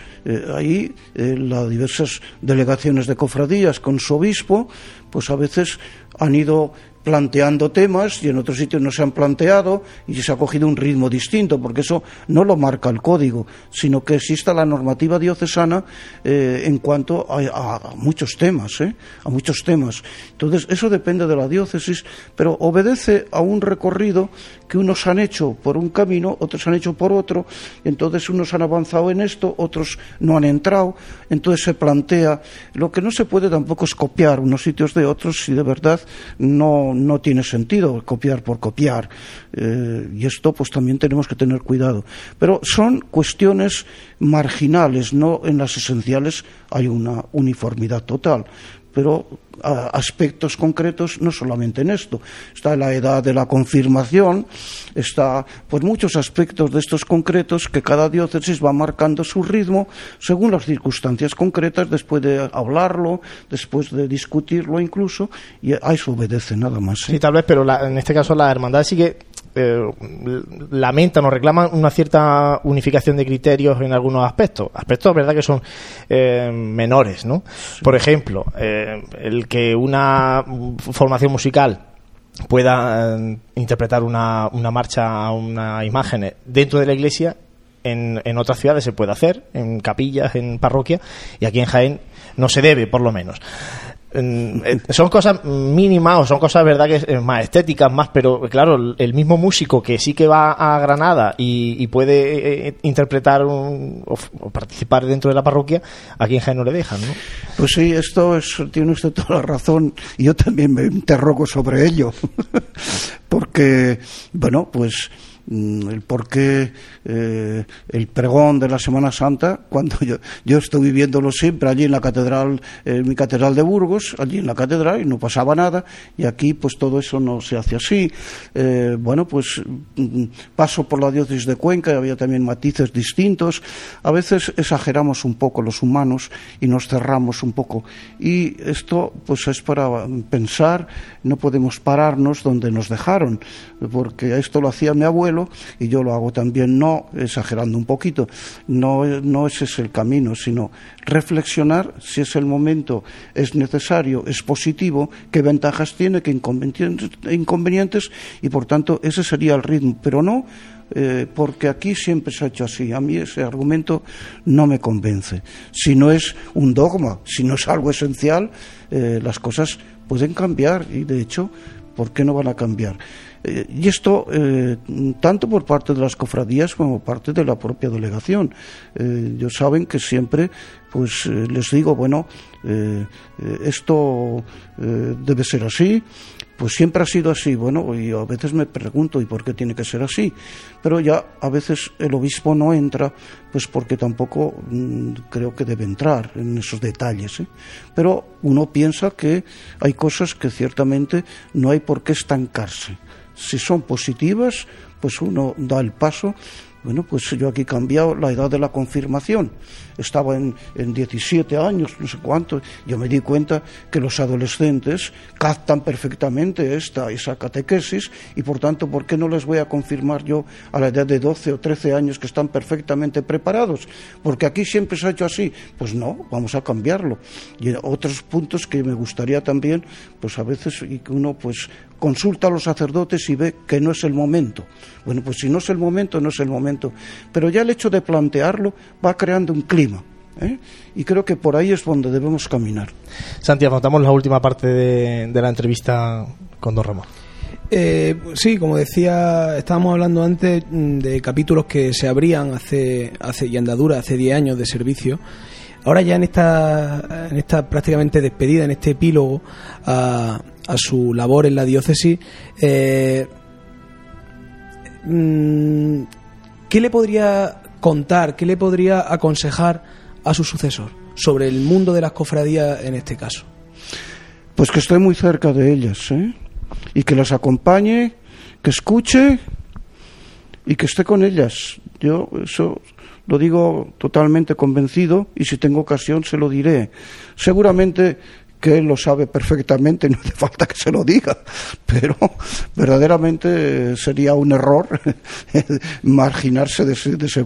las diversas delegaciones de cofradías con su obispo, pues a veces han ido planteando temas y en otros sitios no se han planteado y se ha cogido un ritmo distinto, porque eso no lo marca el código, sino que exista la normativa diocesana en cuanto a muchos temas, a muchos temas. Entonces, eso depende de la diócesis, pero obedece a un recorrido que unos han hecho por un camino, otros han hecho por otro, entonces unos han avanzado en esto, otros no han entrado, entonces se plantea. Lo que no se puede tampoco es copiar unos sitios de otros si de verdad no tiene sentido copiar por copiar, y esto pues también tenemos que tener cuidado, pero son cuestiones marginales, no en las esenciales hay una uniformidad total, pero aspectos concretos no solamente en esto. Está la edad de la confirmación, está pues muchos aspectos de estos concretos que cada diócesis va marcando su ritmo según las circunstancias concretas, después de hablarlo, después de discutirlo incluso, y a eso obedece nada más. Sí, tal vez, pero en este caso la hermandad sí que lamentan o reclaman una cierta unificación de criterios en algunos aspectos, verdad que son menores, ¿no? Sí. Por ejemplo, el que una formación musical pueda interpretar una marcha, una imagen dentro de la iglesia, en otras ciudades se puede hacer, en capillas, en parroquias, y aquí en Jaén no se debe, por lo menos. Son cosas mínimas o son cosas, verdad, que más estéticas, pero claro, el mismo músico que sí que va a Granada y puede interpretar o participar dentro de la parroquia, aquí en Jaén no le dejan, ¿no? Pues sí, tiene usted toda la razón, y yo también me interrogo sobre ello porque, bueno, pues el por qué el pregón de la Semana Santa, cuando yo estoy viviéndolo siempre allí en la catedral, mi catedral de Burgos, allí en la catedral, y no pasaba nada, y aquí pues todo eso no se hace así. Bueno, pues paso por la diócesis de Cuenca y había también matices distintos. A veces exageramos un poco los humanos y nos cerramos un poco, y esto pues es para pensar. No podemos pararnos donde nos dejaron, porque esto lo hacía mi abuelo y yo lo hago también, no exagerando un poquito. No ese es el camino, sino reflexionar si es el momento, es necesario, es positivo, qué ventajas tiene, qué inconvenientes, y por tanto ese sería el ritmo, pero no porque aquí siempre se ha hecho así. A mí ese argumento no me convence. Si no es un dogma, si no es algo esencial, las cosas pueden cambiar, y de hecho, ¿por qué no van a cambiar? Y esto tanto por parte de las cofradías como por parte de la propia delegación. Ellos saben que siempre pues les digo, bueno, esto debe ser así. Pues siempre ha sido así. Bueno, y a veces me pregunto, ¿y por qué tiene que ser así? Pero ya a veces el obispo no entra, pues porque tampoco creo que debe entrar en esos detalles, Pero uno piensa que hay cosas que ciertamente no hay por qué estancarse. Si son positivas, pues uno da el paso. Bueno, pues yo aquí he cambiado la edad de la confirmación. Estaba en 17 años, no sé cuánto. Yo me di cuenta que los adolescentes captan perfectamente esa catequesis, y por tanto, ¿por qué no les voy a confirmar yo a la edad de 12 o 13 años que están perfectamente preparados? Porque aquí siempre se ha hecho así. Pues no, vamos a cambiarlo. Y otros puntos que me gustaría también, pues a veces, y que uno pues consulta a los sacerdotes y ve que no es el momento. Bueno, pues si no es el momento, no es el momento. conocimiento, pero ya el hecho de plantearlo va creando un clima, ¿eh? Y creo que por ahí es donde debemos caminar. Santi, afrontamos la última parte de la entrevista con don Ramón. Sí, como decía, estábamos hablando antes de capítulos que se abrían hace y andadura hace 10 años de servicio. Ahora ya en esta prácticamente despedida, en este epílogo a su labor en la diócesis, ¿qué le podría contar, qué le podría aconsejar a su sucesor sobre el mundo de las cofradías en este caso? Pues que esté muy cerca de ellas, ¿eh? Y que las acompañe, que escuche y que esté con ellas. Yo eso lo digo totalmente convencido, y si tengo ocasión se lo diré. Seguramente que él lo sabe perfectamente, no hace falta que se lo diga, pero verdaderamente sería un error marginarse de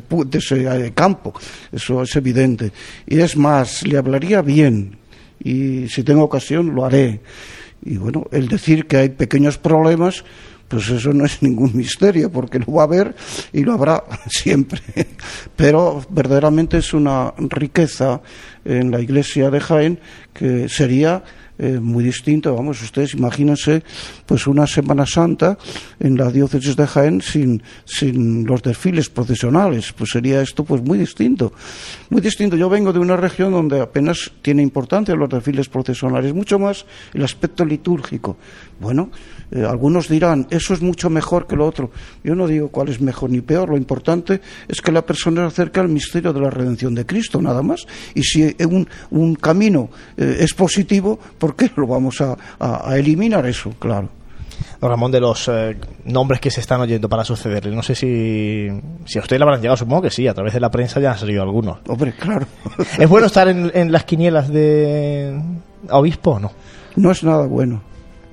ese campo. Eso es evidente. Y es más, le hablaría bien, y si tengo ocasión lo haré. Y bueno, el decir que hay pequeños problemas, pues eso no es ningún misterio, porque lo va a haber y lo habrá siempre. Pero verdaderamente es una riqueza en la Iglesia de Jaén que sería muy distinto. Vamos, ustedes imagínense pues una Semana Santa en la diócesis de Jaén sin los desfiles procesionales. Pues sería esto pues muy distinto. Muy distinto. Yo vengo de una región donde apenas tiene importancia los desfiles procesionales, mucho más el aspecto litúrgico. Bueno, algunos dirán, eso es mucho mejor que lo otro. Yo no digo cuál es mejor ni peor, lo importante es que la persona se acerque al misterio de la redención de Cristo, nada más. Y si un camino es positivo, ¿por qué lo vamos a eliminar eso? Claro. Don Ramón, de los nombres que se están oyendo para sucederle, no sé si a usted le habrán llegado, supongo que sí, a través de la prensa ya han salido algunos. Hombre, claro. ¿Es bueno estar en las quinielas de obispo o no? No es nada bueno.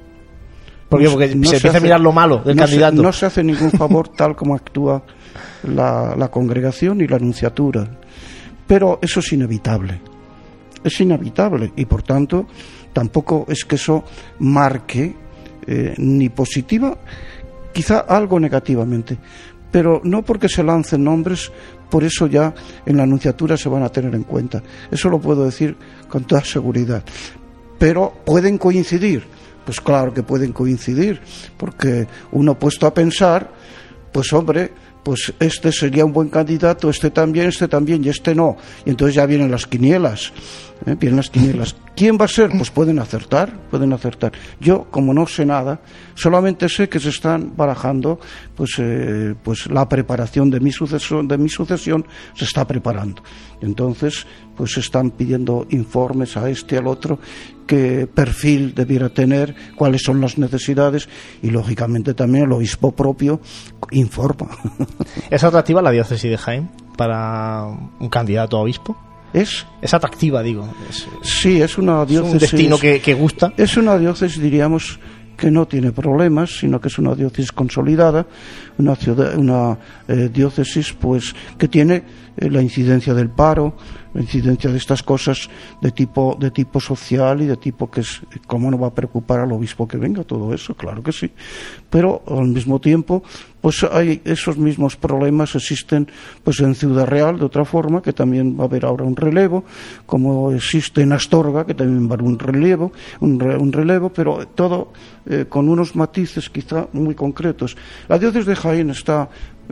¿Por qué? Porque se empieza a mirar lo malo del candidato. No se hace ningún favor tal como actúa la congregación y la nunciatura. Pero eso es inevitable. Es inevitable. Y por tanto, tampoco es que eso marque ni positiva, quizá algo negativamente. Pero no porque se lancen nombres, por eso ya en la nunciatura se van a tener en cuenta. Eso lo puedo decir con toda seguridad. Pero pueden coincidir. Pues claro que pueden coincidir, porque uno puesto a pensar, pues hombre, pues este sería un buen candidato, este también y este no. Y entonces ya vienen las quinielas, vienen las quinielas. ¿Quién va a ser? Pues pueden acertar. Yo, como no sé nada, solamente sé que se están barajando, pues la preparación de mi sucesión se está preparando. Entonces, pues se están pidiendo informes a este, al otro, qué perfil debiera tener, cuáles son las necesidades, y lógicamente también el obispo propio informa. ¿Es atractiva la diócesis de Jaén para un candidato a obispo? Es atractiva, digo. Sí, es una diócesis. Es un destino que gusta. Es una diócesis, diríamos, que no tiene problemas, sino que es una diócesis consolidada, una diócesis pues que tiene la incidencia del paro, la incidencia de estas cosas de tipo social y de tipo que es, ¿cómo no va a preocupar al obispo que venga todo eso? Claro que sí. Pero al mismo tiempo, pues hay esos mismos problemas existen pues en Ciudad Real de otra forma, que también va a haber ahora un relevo, como existe en Astorga, que también va a haber un relevo, pero todo con unos matices quizá muy concretos. La diócesis de Jaén está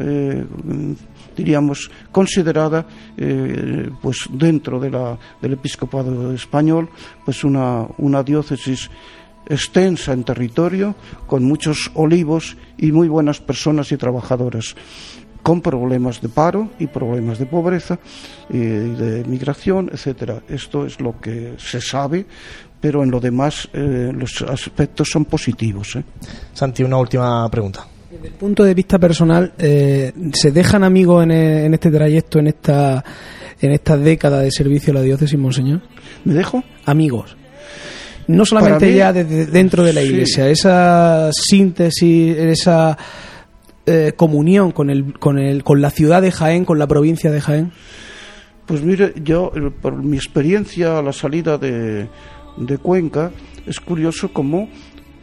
diríamos considerada pues dentro del episcopado español pues una diócesis extensa en territorio, con muchos olivos y muy buenas personas y trabajadoras, con problemas de paro y problemas de pobreza y de migración, etcétera. Esto es lo que se sabe, pero en lo demás los aspectos son positivos. Santi, una última pregunta. Desde el punto de vista personal, ¿se dejan amigos en este trayecto, en esta década de servicio a la diócesis, monseñor? ¿Me dejo? Amigos. No solamente ya desde dentro de la Iglesia, sí. Esa síntesis, esa comunión con la ciudad de Jaén, con la provincia de Jaén. Pues mire, yo por mi experiencia a la salida de Cuenca, es curioso cómo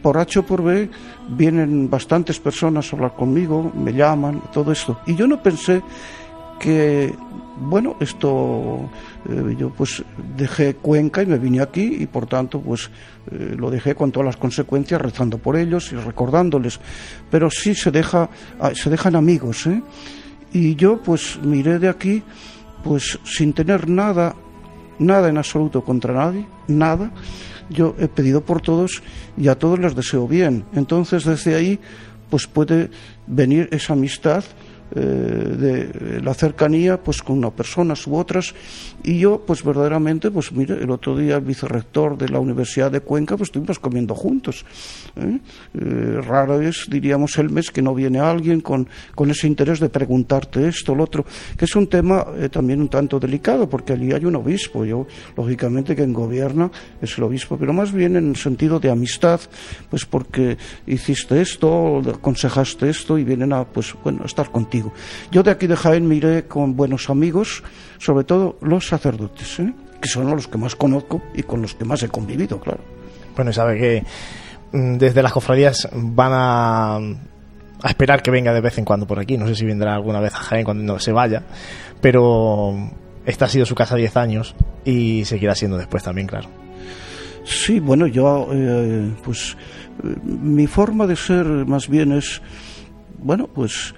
por H o por B vienen bastantes personas a hablar conmigo, me llaman, todo esto. Y yo no pensé que, bueno, esto, yo pues dejé Cuenca y me vine aquí y por tanto pues lo dejé con todas las consecuencias, rezando por ellos y recordándoles. Pero sí se dejan amigos, ¿eh? Y yo pues miré de aquí pues sin tener nada en absoluto contra nadie, nada. Yo he pedido por todos y a todos les deseo bien. Entonces desde ahí pues puede venir esa amistad de la cercanía pues con unas personas u otras. Y yo pues verdaderamente pues mire, el otro día el vicerrector de la Universidad de Cuenca pues estuvimos comiendo juntos, raro es, diríamos, el mes que no viene alguien con ese interés de preguntarte esto, lo otro, que es un tema también un tanto delicado, porque allí hay un obispo. Yo lógicamente quien gobierna es el obispo, pero más bien en el sentido de amistad, pues porque hiciste esto, aconsejaste esto y vienen a pues bueno a estar contigo. Yo de aquí de Jaén me iré con buenos amigos, sobre todo los sacerdotes, que son los que más conozco y con los que más he convivido, claro. Bueno, y sabe que desde las cofradías van a esperar que venga de vez en cuando por aquí. No sé si vendrá alguna vez a Jaén cuando se vaya, pero esta ha sido su casa 10 años y seguirá siendo después también, claro. Sí, bueno, yo pues mi forma de ser más bien es, bueno, pues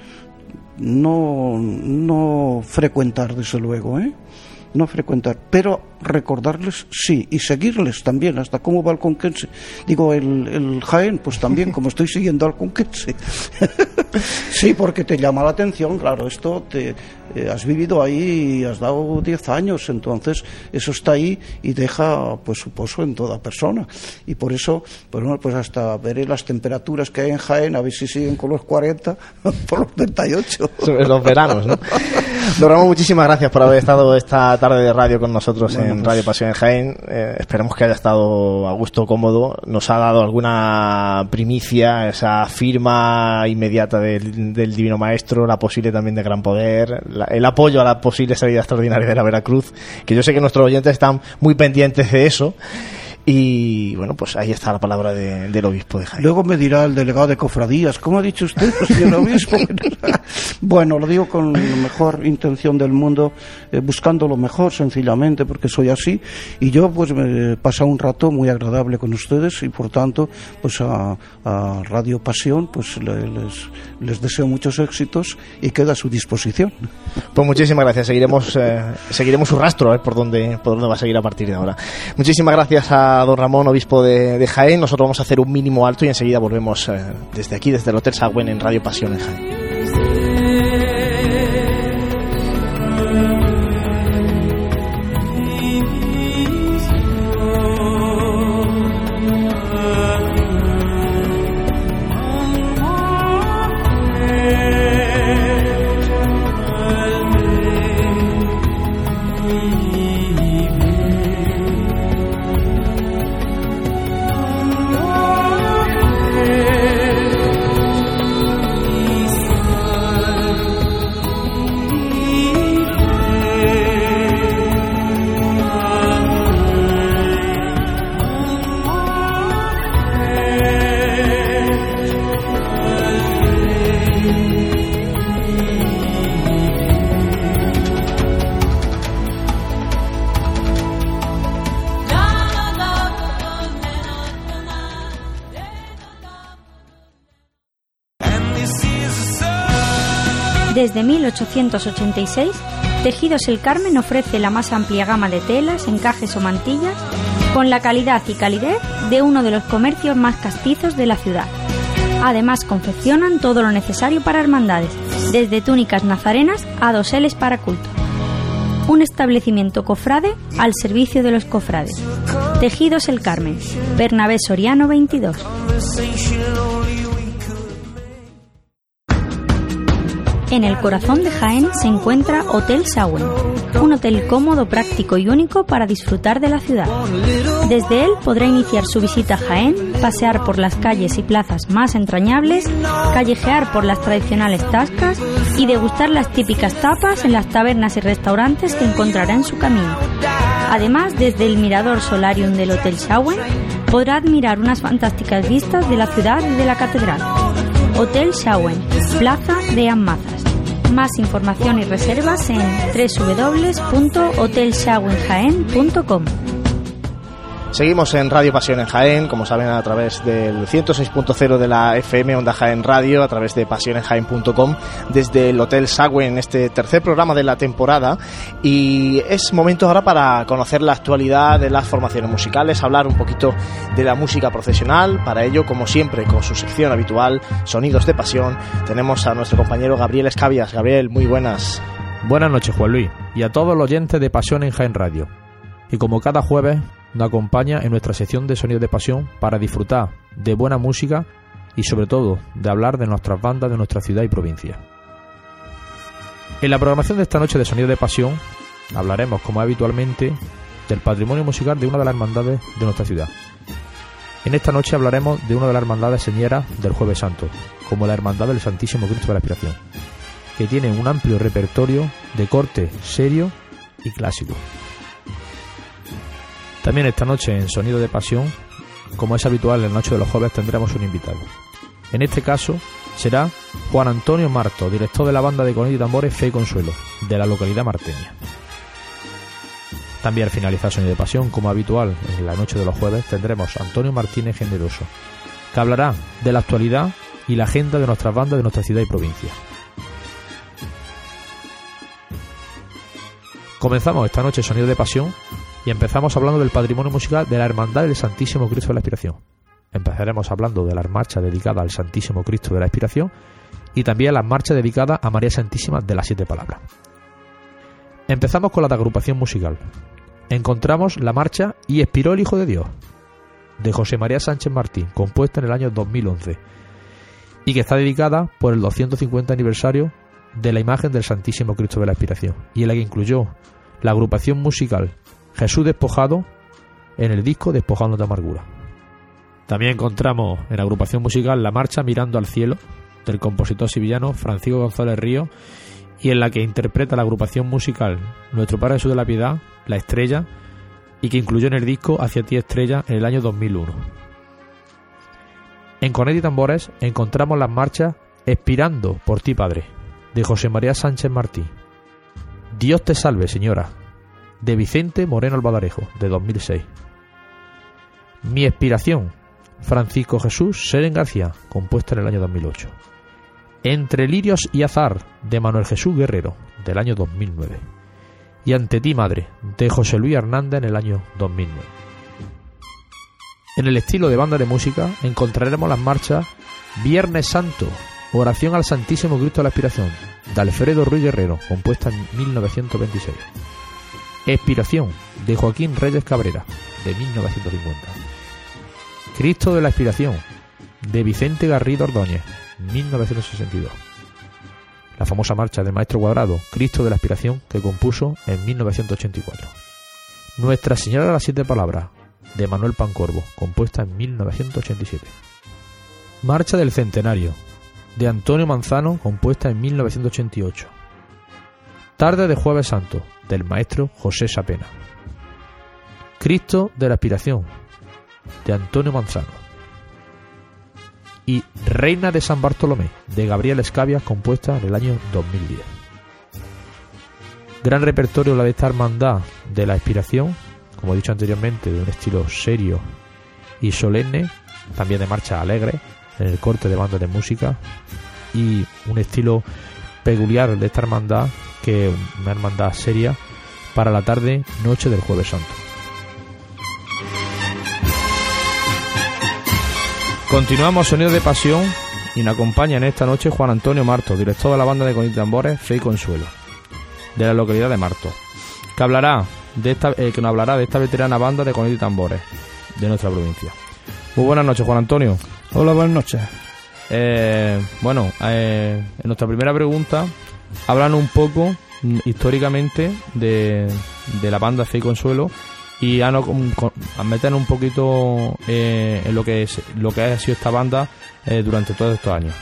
no frecuentar, desde luego, no frecuentar, pero recordarles sí, y seguirles también, hasta cómo va el conquense. Digo, el Jaén, pues también, como estoy siguiendo al conquense. Sí, porque te llama la atención, claro, esto has vivido ahí y has dado 10 años, entonces eso está ahí y deja pues su pozo en toda persona. Y por eso, pues bueno, pues hasta veré las temperaturas que hay en Jaén, a ver si siguen con los 40, por los 38. Sobre los veranos, ¿no? Don Ramón, muchísimas gracias por haber estado esta tarde de radio con nosotros, bueno, en Radio Pasión en Jaén. Esperemos que haya estado a gusto, cómodo. Nos ha dado alguna primicia, esa firma inmediata del Divino Maestro, la posible también de Gran Poder, el apoyo a la posible salida extraordinaria de la Veracruz, que yo sé que nuestros oyentes están muy pendientes de eso. Y bueno, pues ahí está la palabra del obispo de Jaén. Luego me dirá el delegado de cofradías, ¿cómo ha dicho usted, señor obispo? Bueno, lo digo con la mejor intención del mundo, buscando lo mejor, sencillamente, porque soy así. Y yo pues me he pasado un rato muy agradable con ustedes y por tanto pues a Radio Pasión pues les deseo muchos éxitos y queda a su disposición. Pues muchísimas gracias, seguiremos su rastro, por dónde va a seguir a partir de ahora. Muchísimas gracias a don Ramón, obispo de Jaén. Nosotros vamos a hacer un mínimo alto y enseguida volvemos desde aquí, desde el Hotel Sagüen, en Radio Pasión en Jaén. Desde 1886, Tejidos El Carmen ofrece la más amplia gama de telas, encajes o mantillas con la calidad y calidez de uno de los comercios más castizos de la ciudad. Además, confeccionan todo lo necesario para hermandades, desde túnicas nazarenas a doseles para culto. Un establecimiento cofrade al servicio de los cofrades. Tejidos El Carmen, Bernabé Soriano 22. En el corazón de Jaén se encuentra Hotel Sagüen, un hotel cómodo, práctico y único para disfrutar de la ciudad. Desde él podrá iniciar su visita a Jaén, pasear por las calles y plazas más entrañables, callejear por las tradicionales tascas y degustar las típicas tapas en las tabernas y restaurantes que encontrará en su camino. Además, desde el mirador solarium del Hotel Sagüen podrá admirar unas fantásticas vistas de la ciudad y de la catedral. Hotel Shawen, Plaza de Amazas. Más información y reservas en www.hotelshawenjaen.com. Seguimos en Radio Pasión en Jaén, como saben, a través del 106.0 de la FM Onda Jaén Radio, a través de pasionenjaen.com, desde el Hotel Shawen, en este tercer programa de la temporada. Y es momento ahora para conocer la actualidad de las formaciones musicales, hablar un poquito de la música profesional. Para ello, como siempre, con su sección habitual, Sonidos de Pasión, tenemos a nuestro compañero Gabriel Escabias. Gabriel, muy buenas. Buenas noches, Juan Luis, y a todos los oyentes de Pasión en Jaén Radio. Y como cada jueves, nos acompaña en nuestra sección de Sonidos de Pasión para disfrutar de buena música y sobre todo de hablar de nuestras bandas de nuestra ciudad y provincia. En la programación de esta noche de Sonidos de Pasión hablaremos, como habitualmente, del patrimonio musical de una de las hermandades de nuestra ciudad. En esta noche hablaremos de una de las hermandades señeras del Jueves Santo, como la Hermandad del Santísimo Cristo de la Expiración, que tiene un amplio repertorio de corte serio y clásico. También esta noche en Sonido de Pasión, como es habitual en la noche de los jueves, tendremos un invitado. En este caso será Juan Antonio Marto, director de la banda de cornetas y tambores Fe y Consuelo, de la localidad marteña. También al finalizar Sonido de Pasión, como habitual en la noche de los jueves, tendremos a Antonio Martínez Generoso, que hablará de la actualidad y la agenda de nuestras bandas de nuestra ciudad y provincia. Comenzamos esta noche Sonido de Pasión y empezamos hablando del patrimonio musical de la Hermandad del Santísimo Cristo de la Expiración. Empezaremos hablando de las marchas dedicadas al Santísimo Cristo de la Expiración y también las marchas dedicadas a María Santísima de las Siete Palabras. Empezamos con la de agrupación musical. Encontramos la marcha Y expiró el Hijo de Dios, de José María Sánchez Martín, compuesta en el año 2011 y que está dedicada por el 250 aniversario de la imagen del Santísimo Cristo de la Expiración, y en la que incluyó la agrupación musical Jesús Despojado en el disco Despojando de Amargura. También encontramos en la agrupación musical la marcha Mirando al Cielo, del compositor sevillano Francisco González Ríos, y en la que interpreta la agrupación musical Nuestro Padre Jesús de la Piedad, La Estrella, y que incluyó en el disco Hacia ti Estrella en el año 2001. En cornetas y tambores encontramos las marchas Expirando por ti, Padre, de José María Sánchez Martín, Dios te salve, señora, de Vicente Moreno Albadarejo, de 2006. Mi expiración, Francisco Jesús Seren García, compuesta en el año 2008. Entre lirios y azar, de Manuel Jesús Guerrero, del año 2009. Y Ante ti, madre, de José Luis Hernández, en el año 2009. En el estilo de banda de música encontraremos las marchas Viernes Santo, Oración al Santísimo Cristo de la Expiración, de Alfredo Ruiz Guerrero, compuesta en 1926. Expiración, de Joaquín Reyes Cabrera, de 1950. Cristo de la Expiración, de Vicente Garrido Ordóñez, 1962. La famosa marcha del Maestro Cuadrado, Cristo de la Expiración, que compuso en 1984. Nuestra Señora de las Siete Palabras, de Manuel Pancorbo, compuesta en 1987. Marcha del Centenario, de Antonio Manzano, compuesta en 1988. Tarde de Jueves Santo, del maestro José Sapena. Cristo de la Expiración, de Antonio Manzano. Y Reina de San Bartolomé, de Gabriel Escabias, compuesta en el año 2010. Gran repertorio la de esta hermandad de la Expiración, como he dicho anteriormente, de un estilo serio y solemne, también de marcha alegre en el corte de bandas de música, y un estilo peculiar de esta hermandad, que es una hermandad seria para la tarde noche del Jueves Santo. Continuamos Sonidos de Pasión y nos acompaña en esta noche Juan Antonio Marto, director de la banda de cornetas y tambores Fe y Consuelo, de la localidad de Marto, que nos hablará de esta veterana banda de cornetas y tambores de nuestra provincia. Muy buenas noches, Juan Antonio. Hola, buenas noches. En nuestra primera pregunta, hablan un poco históricamente de la banda Fe y Consuelo, y a meter un poquito en lo que ha sido esta banda durante todos estos años.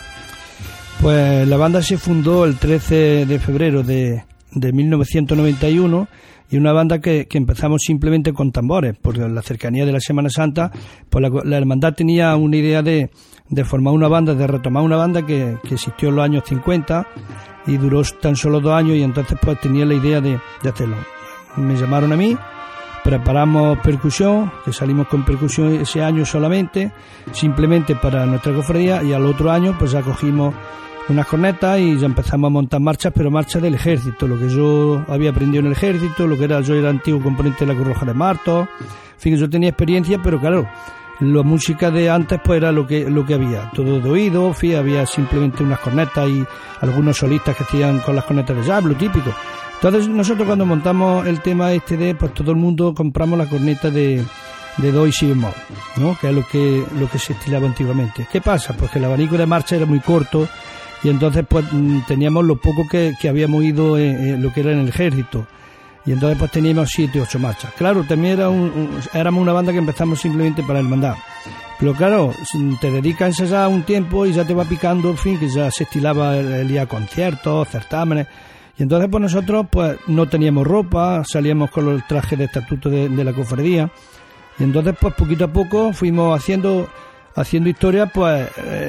Pues la banda se fundó el 13 de febrero de 1991 y una banda que empezamos simplemente con tambores, porque en la cercanía de la Semana Santa, pues la hermandad tenía una idea de formar una banda, de retomar una banda que existió en los años 50 y duró tan solo 2 años, y entonces pues tenía la idea de hacerlo. Me llamaron a mí, preparamos percusión, que salimos con percusión ese año solamente, simplemente para nuestra cofradía, y al otro año pues ya cogimos unas cornetas y ya empezamos a montar marchas, pero marchas del ejército, lo que yo había aprendido en el ejército, yo era antiguo componente de la Cruz Roja de Martos, en fin, yo tenía experiencia, pero claro, la música de antes pues era lo que había, todo de oído, en fin, había simplemente unas cornetas y algunos solistas que hacían con las cornetas de jazz, lo típico. Entonces nosotros cuando montamos el tema pues todo el mundo compramos la corneta de do y si bemol, ¿no? Que es lo que se estilaba antiguamente. ¿Qué pasa? Pues que el abanico de marcha era muy corto, y entonces pues teníamos lo poco que habíamos oído lo que era en el ejército, y entonces pues teníamos 7 u 8 marchas. Claro, también éramos una banda que empezamos simplemente para hermandad, pero claro, te dedicas a ensayar un tiempo y ya te va picando, en fin, que ya se estilaba el día conciertos, certámenes, y entonces pues nosotros pues no teníamos ropa, salíamos con el traje de estatuto de la cofradía, y entonces pues poquito a poco fuimos haciendo historia, pues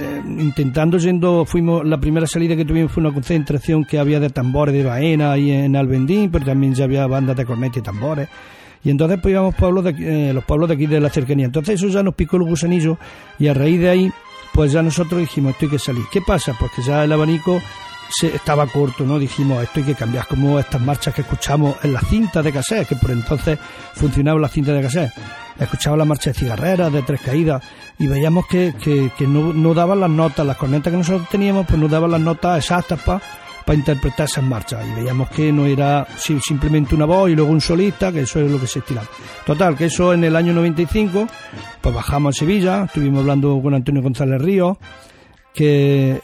fuimos, la primera salida que tuvimos fue una concentración que había de tambores de Baena ahí en Albendín, pero también ya había bandas de corneta y tambores, y entonces pues íbamos los pueblos de aquí de la cercanía. Entonces eso ya nos picó el gusanillo, y a raíz de ahí pues ya nosotros dijimos, esto hay que salir. ¿Qué pasa? Pues que ya el abanico estaba corto, ¿no? Dijimos, esto hay que cambiar, como estas marchas que escuchamos en las cintas de cassette, que por entonces funcionaban las cintas de cassette. Escuchaba la marcha de Cigarrera, de Tres Caídas, y veíamos que no daban las notas, las cornetas que nosotros teníamos, pues no daban las notas exactas para interpretar esas marchas, y veíamos que no era simplemente una voz y luego un solista, que eso es lo que se estilaba. Total, que eso en el año 95, pues bajamos a Sevilla, estuvimos hablando con Antonio González Ríos, que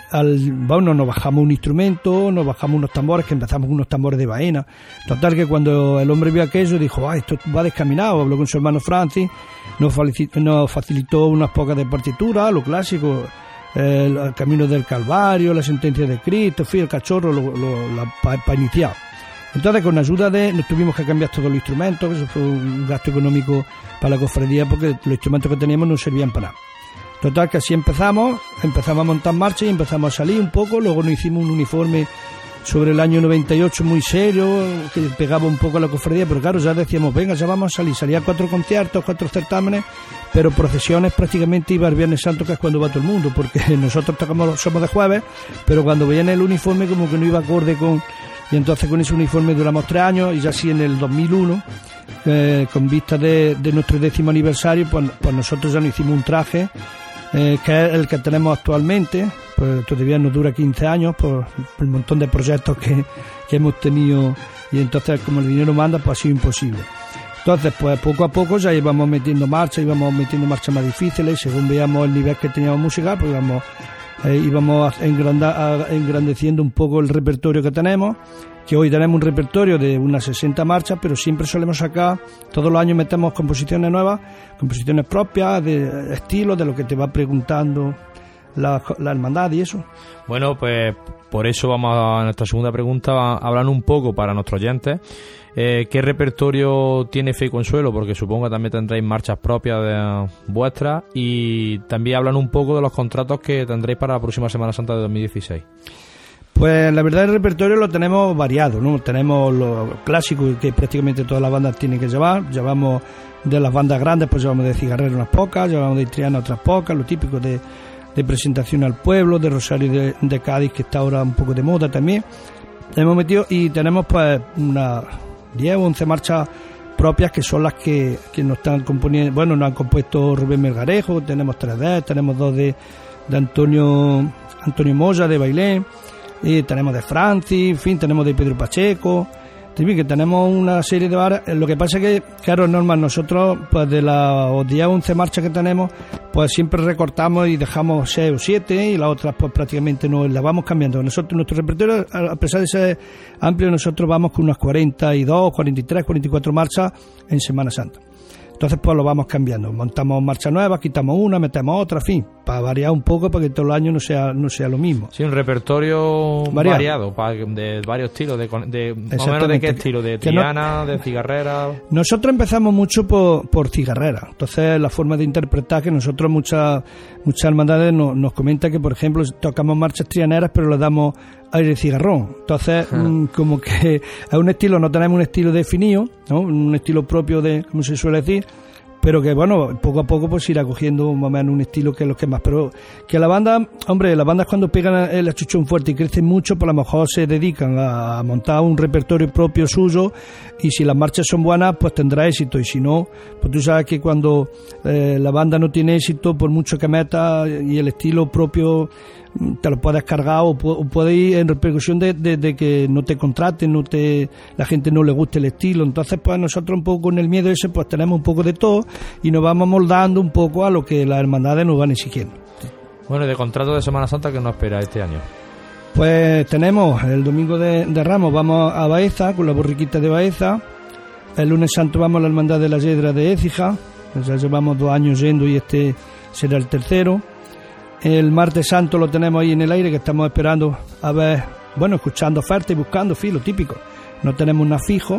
nos bajamos un instrumento, nos bajamos unos tambores, que empezamos con unos tambores de Baena. Total, que cuando el hombre vio aquello dijo, esto va descaminado, habló con su hermano Francis, nos facilitó unas pocas de partitura, lo clásico, el camino del Calvario, la sentencia de Cristo, el cachorro, para iniciar. Entonces, con la ayuda nos tuvimos que cambiar todos los instrumentos, eso fue un gasto económico para la cofradía, porque los instrumentos que teníamos no servían para nada. Total, que así empezamos a montar marcha y empezamos a salir un poco. Luego nos hicimos un uniforme sobre el año 98 muy serio, que pegaba un poco a la cofradía, pero claro, ya decíamos, venga, ya vamos a salir. Salía 4 conciertos, 4 certámenes, pero procesiones prácticamente iba el Viernes Santo, que es cuando va todo el mundo, porque nosotros somos de jueves, pero cuando veían el uniforme como que no iba acorde con... Y entonces con ese uniforme duramos 3 años, y ya así en el 2001, con vista de nuestro 10º aniversario, pues nosotros ya nos hicimos un traje, que es el que tenemos actualmente, pues todavía nos dura 15 años por el montón de proyectos que hemos tenido, y entonces como el dinero manda, pues ha sido imposible. Entonces pues poco a poco ya íbamos metiendo marchas más difíciles, según veíamos el nivel que teníamos musical, pues íbamos engrandeciendo un poco el repertorio que tenemos, que hoy tenemos un repertorio de unas 60 marchas, pero siempre solemos sacar, todos los años metemos composiciones nuevas, composiciones propias, de estilo, de lo que te va preguntando la hermandad y eso. Bueno, pues por eso vamos a nuestra segunda pregunta, hablando un poco para nuestros oyentes, ¿qué repertorio tiene Fe y Consuelo? Porque supongo que también tendréis marchas propias de vuestras, y también hablan un poco de los contratos que tendréis para la próxima Semana Santa de 2016. Pues la verdad, el repertorio lo tenemos variado, ¿no? Tenemos lo clásico que prácticamente todas las bandas tienen que llevamos de las bandas grandes, pues llevamos de Cigarrera unas pocas, llevamos de Triana otras pocas, lo típico de presentación al pueblo, de Rosario de Cádiz, que está ahora un poco de moda también. Hemos metido, y tenemos pues unas 10 o 11 marchas propias, que son las que nos están componiendo, bueno, nos han compuesto Rubén Melgarejo, tenemos 3D, tenemos 2 de Antonio Moya de Bailén, y tenemos de Francis, en fin, tenemos de Pedro Pacheco, que tenemos una serie de bares. Lo que pasa es que, claro, es normal, nosotros pues de las 10 o 11 marchas que tenemos, pues siempre recortamos y dejamos 6 o 7, y las otras pues prácticamente no las vamos cambiando. Nuestro repertorio, a pesar de ser amplio, nosotros vamos con unas 42, 43, 44 marchas en Semana Santa. Entonces pues lo vamos cambiando, montamos marchas nuevas, quitamos una, metemos otra, en fin, para variar un poco, para que todo el año no sea lo mismo. Sí, un repertorio variado de varios estilos, de más o menos de qué estilo, de triana, de cigarrera. Nosotros empezamos mucho por cigarrera, entonces la forma de interpretar, que nosotros muchas hermandades nos comentan que, por ejemplo, tocamos marchas trianeras pero le damos aire cigarrón, entonces como que es un estilo, no tenemos un estilo definido, ¿no? Un estilo propio de, como se suele decir, pero que bueno, poco a poco pues irá cogiendo más o menos un estilo que es lo que más, pero que las bandas cuando pegan el achuchón fuerte y crecen mucho, pues a lo mejor se dedican a montar un repertorio propio suyo, y si las marchas son buenas pues tendrá éxito, y si no, pues tú sabes que cuando la banda no tiene éxito, por mucho que meta y el estilo propio te lo puedes cargar, o puede ir en repercusión de que no te contraten, la gente no le guste el estilo. Entonces pues nosotros un poco con el miedo ese pues tenemos un poco de todo y nos vamos moldando un poco a lo que las hermandades nos van exigiendo. Bueno, y de contrato de Semana Santa, ¿qué nos espera este año? Pues tenemos el domingo de Ramos, vamos a Baeza con la borriquita de Baeza. El lunes santo vamos a la hermandad de la Yedra de Écija, ya llevamos 2 años yendo y este será el tercero. El martes santo lo tenemos ahí en el aire, que estamos esperando a ver, bueno, escuchando ofertas y buscando filo típico. No tenemos nada fijo.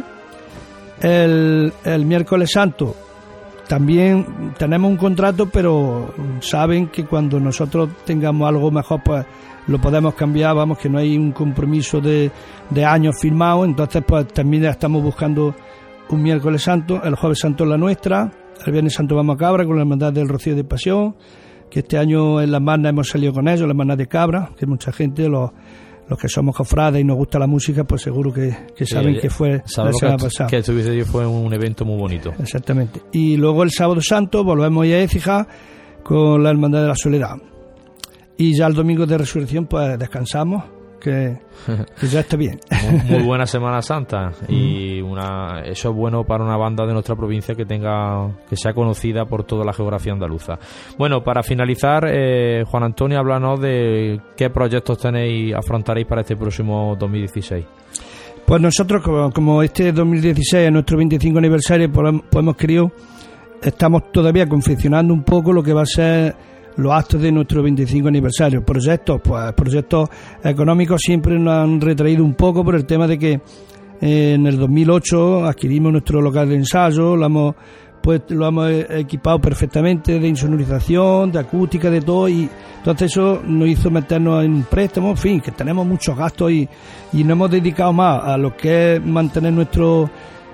El miércoles santo también tenemos un contrato, pero saben que cuando nosotros tengamos algo mejor, pues lo podemos cambiar, vamos, que no hay un compromiso de años firmado. Entonces pues también estamos buscando un miércoles santo. El jueves santo es la nuestra. El viernes santo vamos a Cabra con la hermandad del Rocío de Pasión, que este año en la Magna hemos salido con ellos, la Magna de Cabra, que mucha gente, los que somos cofrades y nos gusta la música, pues seguro que saben que fue la semana pasada. Que estuviese yo, fue un evento muy bonito. Exactamente. Y luego el sábado santo volvemos a Écija con la Hermandad de la Soledad. Y ya el domingo de Resurrección pues descansamos, que ya está bien. Muy buena Semana Santa, y eso es bueno para una banda de nuestra provincia que sea conocida por toda la geografía andaluza. Bueno, para finalizar, Juan Antonio, háblanos de qué proyectos afrontaréis para este próximo 2016. Pues nosotros, como este 2016 es nuestro 25 aniversario, pues hemos querido, estamos todavía confeccionando un poco lo que va a ser los actos de nuestro 25 aniversario. Proyectos económicos siempre nos han retraído un poco por el tema de que en el 2008 adquirimos nuestro local de ensayo, lo hemos equipado perfectamente de insonorización, de acústica, de todo, y entonces eso nos hizo meternos en un préstamo, en fin, que tenemos muchos gastos y nos hemos dedicado más a lo que es mantener nuestro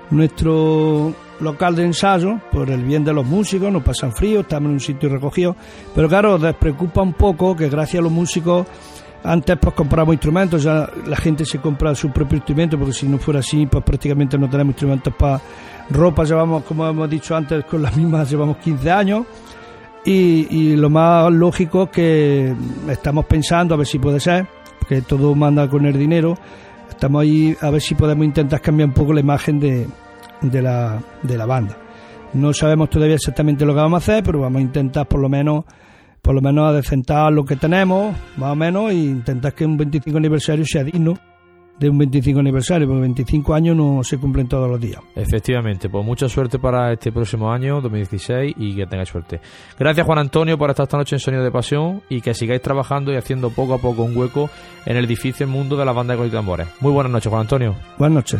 local de ensayo, por el bien de los músicos, no pasan frío, estamos en un sitio recogido, pero claro, les preocupa un poco que gracias a los músicos, antes pues compramos instrumentos, ya la gente se compra su propio instrumento, porque si no fuera así pues prácticamente no tenemos instrumentos para ropa, llevamos, como hemos dicho antes, con las mismas llevamos 15 años, y lo más lógico es que estamos pensando a ver si puede ser, porque todo manda con el dinero, estamos ahí a ver si podemos intentar cambiar un poco la imagen de la banda. No sabemos todavía exactamente lo que vamos a hacer, pero vamos a intentar por lo menos adecentar lo que tenemos, más o menos, e intentar que un 25 aniversario sea digno de un 25 aniversario, porque 25 años no se cumplen todos los días. Efectivamente, pues mucha suerte para este próximo año 2016 y que tengáis suerte. Gracias, Juan Antonio, por estar esta noche en Sonido de Pasión, y que sigáis trabajando y haciendo poco a poco un hueco en el difícil mundo de la banda de cornetas y tambores. Muy buenas noches, Juan Antonio. Buenas noches.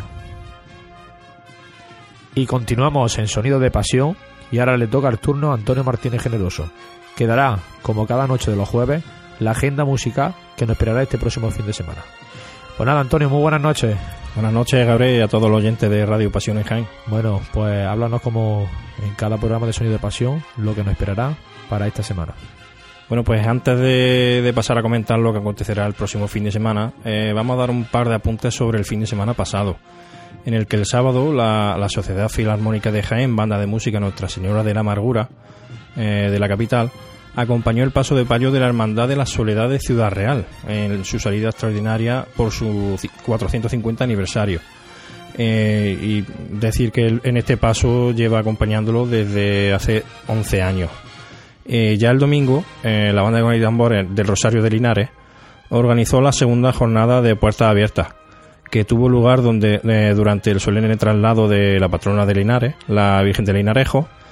Y continuamos en Sonido de Pasión, y ahora le toca el turno a Antonio Martínez Generoso, que dará, como cada noche de los jueves, la agenda musical que nos esperará este próximo fin de semana. Pues nada, Antonio, muy buenas noches. Buenas noches, Gabriel, y a todos los oyentes de Radio Pasión en Jaén. Bueno, pues háblanos, como en cada programa de Sonido de Pasión, lo que nos esperará para esta semana. Bueno, pues antes de pasar a comentar lo que acontecerá el próximo fin de semana, vamos a dar un par de apuntes sobre el fin de semana pasado, en el que el sábado la Sociedad Filarmónica de Jaén, banda de música Nuestra Señora de la Amargura, de la capital, acompañó el paso de palio de la Hermandad de la Soledad de Ciudad Real en su salida extraordinaria por su 450 aniversario. Y decir que en este paso lleva acompañándolo desde hace 11 años. Ya el domingo, la banda de cornetas y tambores del Rosario de Linares organizó la segunda jornada de Puertas Abiertas, que tuvo lugar durante el solemne traslado de la patrona de Linares, la Virgen de Linarejo,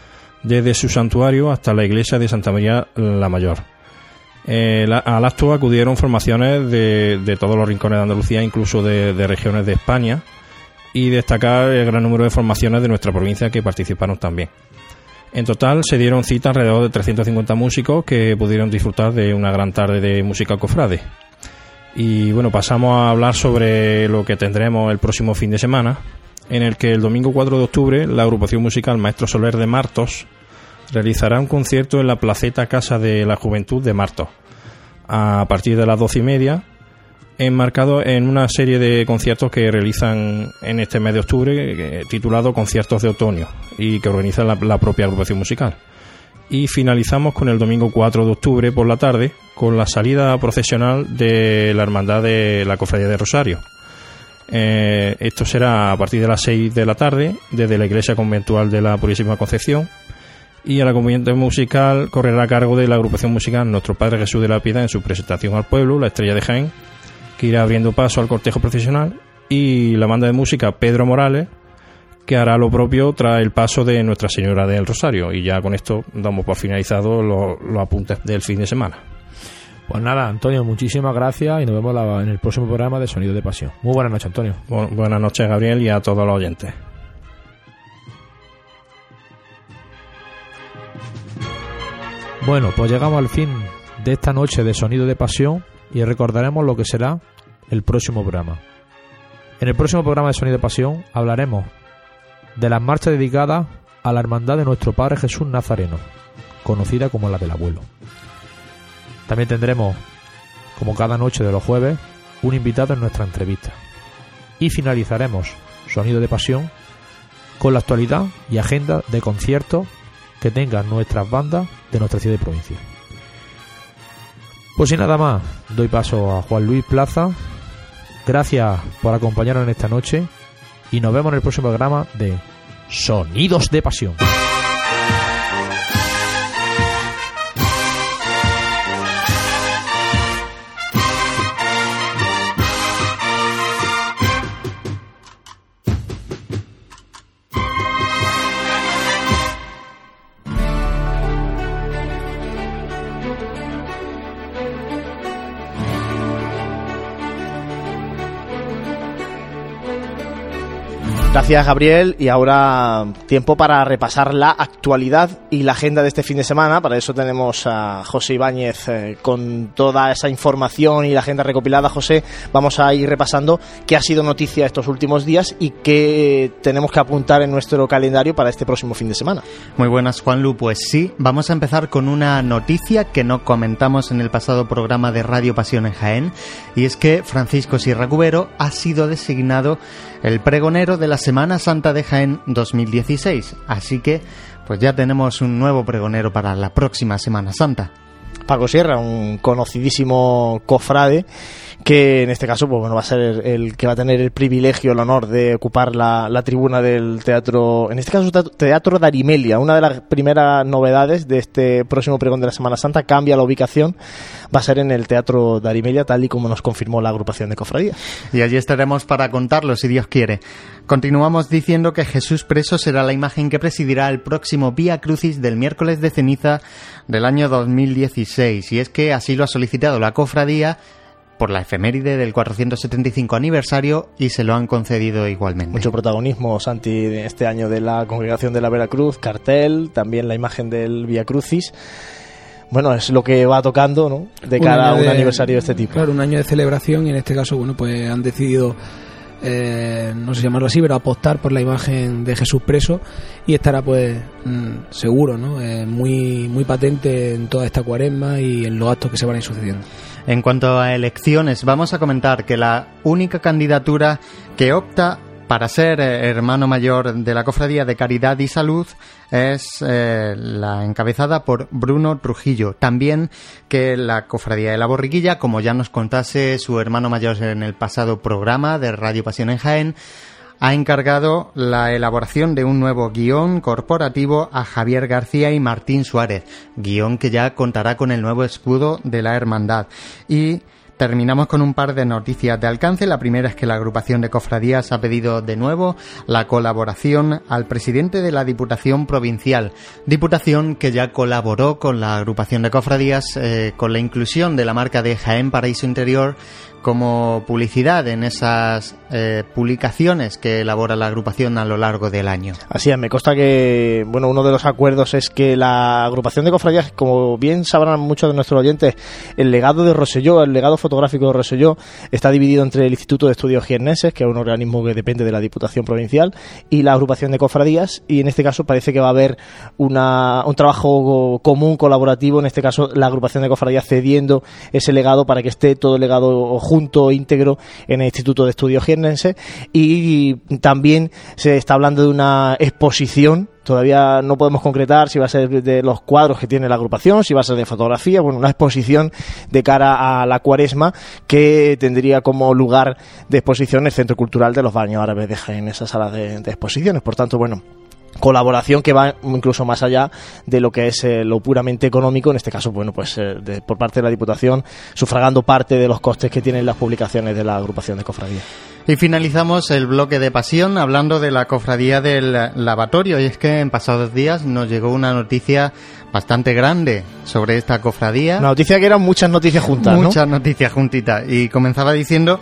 desde su santuario hasta la iglesia de Santa María la Mayor. Al acto acudieron formaciones de todos los rincones de Andalucía, incluso de regiones de España, y destacar el gran número de formaciones de nuestra provincia que participaron también. En total se dieron cita alrededor de 350 músicos que pudieron disfrutar de una gran tarde de música cofrade. Y bueno, pasamos a hablar sobre lo que tendremos el próximo fin de semana, en el que el domingo 4 de octubre la agrupación musical Maestro Soler de Martos realizará un concierto en la placeta Casa de la Juventud de Martos a partir de las 12:30, enmarcado en una serie de conciertos que realizan en este mes de octubre, titulado Conciertos de Otoño, y que organiza la propia agrupación musical. Y finalizamos con el domingo 4 de octubre por la tarde con la salida procesional de la Hermandad de la Cofradía de Rosario. Esto será a partir de las 6 de la tarde desde la Iglesia Conventual de la Purísima Concepción, y el acompañamiento musical correrá a cargo de la agrupación musical Nuestro Padre Jesús de la Piedad en su presentación al pueblo, La Estrella de Jaén, que irá abriendo paso al cortejo procesional, y la banda de música Pedro Morales, que hará lo propio tras el paso de Nuestra Señora del Rosario. Y ya con esto damos por finalizado los apuntes del fin de semana. Pues nada, Antonio, muchísimas gracias y nos vemos en el próximo programa de Sonido de Pasión. Muy buenas noches, Antonio. Buenas noches, Gabriel, y a todos los oyentes. Bueno, pues llegamos al fin de esta noche de Sonido de Pasión y recordaremos lo que será el próximo programa. En el próximo programa de Sonido de Pasión hablaremos de las marchas dedicadas a la Hermandad de Nuestro Padre Jesús Nazareno, conocida como la del Abuelo. También tendremos, como cada noche de los jueves, un invitado en nuestra entrevista. Y finalizaremos Sonido de Pasión con la actualidad y agenda de conciertos que tengan nuestras bandas de nuestra ciudad y provincia. Pues sin nada más, doy paso a Juan Luis Plaza. Gracias por acompañarnos en esta noche y nos vemos en el próximo programa de Sonidos de Pasión. Gracias, Gabriel, y ahora tiempo para repasar la actualidad y la agenda de este fin de semana. Para eso tenemos a José Ibáñez con toda esa información y la agenda recopilada. José, vamos a ir repasando qué ha sido noticia estos últimos días y qué tenemos que apuntar en nuestro calendario para este próximo fin de semana. Muy buenas, Juanlu. Pues sí, vamos a empezar con una noticia que no comentamos en el pasado programa de Radio Pasión en Jaén, y es que Francisco Sierra Cubero ha sido designado el pregonero de la Semana Santa de Jaén 2016. Así que pues ya tenemos un nuevo pregonero para la próxima Semana Santa. Paco Sierra, un conocidísimo cofrade, que en este caso pues bueno, va a ser el que va a tener el privilegio, el honor de ocupar la tribuna del teatro, en este caso Teatro Darimelia. Una de las primeras novedades de este próximo pregón de la Semana Santa, cambia la ubicación, va a ser en el Teatro Darimelia, tal y como nos confirmó la agrupación de cofradías. Y allí estaremos para contarlo, si Dios quiere. Continuamos diciendo que Jesús Preso será la imagen que presidirá el próximo Vía Crucis del miércoles de ceniza del año 2016, y es que así lo ha solicitado la cofradía por la efeméride del 475 aniversario y se lo han concedido igualmente. Mucho protagonismo, Santi, este año de la Congregación de la Veracruz, cartel, también la imagen del Vía Crucis. Bueno, es lo que va tocando, ¿no?, de cara a un aniversario de este tipo. Claro, un año de celebración, y en este caso, bueno, pues han decidido, no sé llamarlo así, pero apostar por la imagen de Jesús Preso, y estará pues seguro, ¿no?, muy, muy patente en toda esta cuaresma y en los actos que se van a ir sucediendo. En cuanto a elecciones, vamos a comentar que la única candidatura que opta para ser hermano mayor de la Cofradía de Caridad y Salud es la encabezada por Bruno Trujillo. También que la Cofradía de la Borriquilla, como ya nos contase su hermano mayor en el pasado programa de Radio Pasión en Jaén, ha encargado la elaboración de un nuevo guión corporativo a Javier García y Martín Suárez, guión que ya contará con el nuevo escudo de la hermandad. Y terminamos con un par de noticias de alcance. La primera es que la agrupación de cofradías ha pedido de nuevo la colaboración al presidente de la Diputación Provincial. Diputación que ya colaboró con la agrupación de cofradías con la inclusión de la marca de Jaén Paraíso Interior como publicidad en esas publicaciones que elabora la agrupación a lo largo del año. Así es, me consta que uno de los acuerdos es que la agrupación de cofradías, como bien sabrán muchos de nuestros oyentes, el legado de Rosselló, el legado fotográfico de Rosselló, está dividido entre el Instituto de Estudios Jienenses, que es un organismo que depende de la Diputación Provincial, y la agrupación de cofradías, y en este caso parece que va a haber un trabajo común, colaborativo, en este caso la agrupación de cofradías cediendo ese legado para que esté todo el legado junto, íntegro, en el Instituto de Estudios Jienenses. Y también se está hablando de una exposición. Todavía no podemos concretar si va a ser de los cuadros que tiene la agrupación, si va a ser de fotografía, una exposición de cara a la Cuaresma que tendría como lugar de exposición el Centro Cultural de los Baños Árabes de Jaén, esa sala de exposiciones. Por tanto, colaboración que va incluso más allá de lo que es lo puramente económico, en este caso, por parte de la Diputación, sufragando parte de los costes que tienen las publicaciones de la agrupación de cofradías. Y finalizamos el bloque de pasión hablando de la cofradía del lavatorio, y es que en pasados días nos llegó una noticia bastante grande sobre esta cofradía. Una noticia que eran muchas noticias juntas, ¿no? Muchas noticias juntitas, y comenzaba diciendo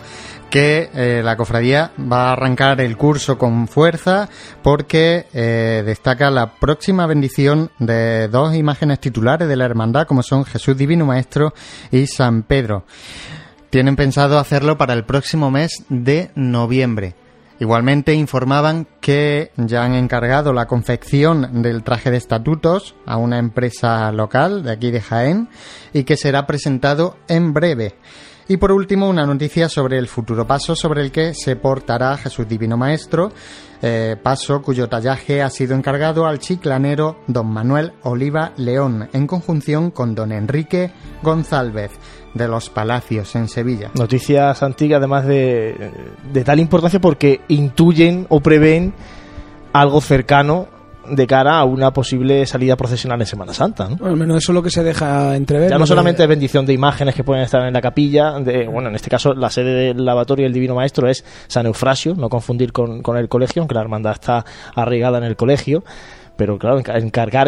que la cofradía va a arrancar el curso con fuerza porque destaca la próxima bendición de dos imágenes titulares de la hermandad, como son Jesús Divino Maestro y San Pedro. Tienen pensado hacerlo para el próximo mes de noviembre. Igualmente informaban que ya han encargado la confección del traje de estatutos a una empresa local de aquí de Jaén y que será presentado en breve. Y por último, una noticia sobre el futuro paso sobre el que se portará Jesús Divino Maestro, paso cuyo tallaje ha sido encargado al chiclanero don Manuel Oliva León, en conjunción con don Enrique González de los Palacios en Sevilla. Noticias, Santi, además de tal importancia porque intuyen o prevén algo cercano de cara a una posible salida procesional en Semana Santa, ¿no? Bueno, al menos eso es lo que se deja entrever. Ya no solamente es bendición de imágenes que pueden estar en la capilla, en este caso la sede del lavatorio del Divino Maestro es San Eufrasio, no confundir con el colegio, aunque la hermandad está arraigada en el colegio, pero claro, encargar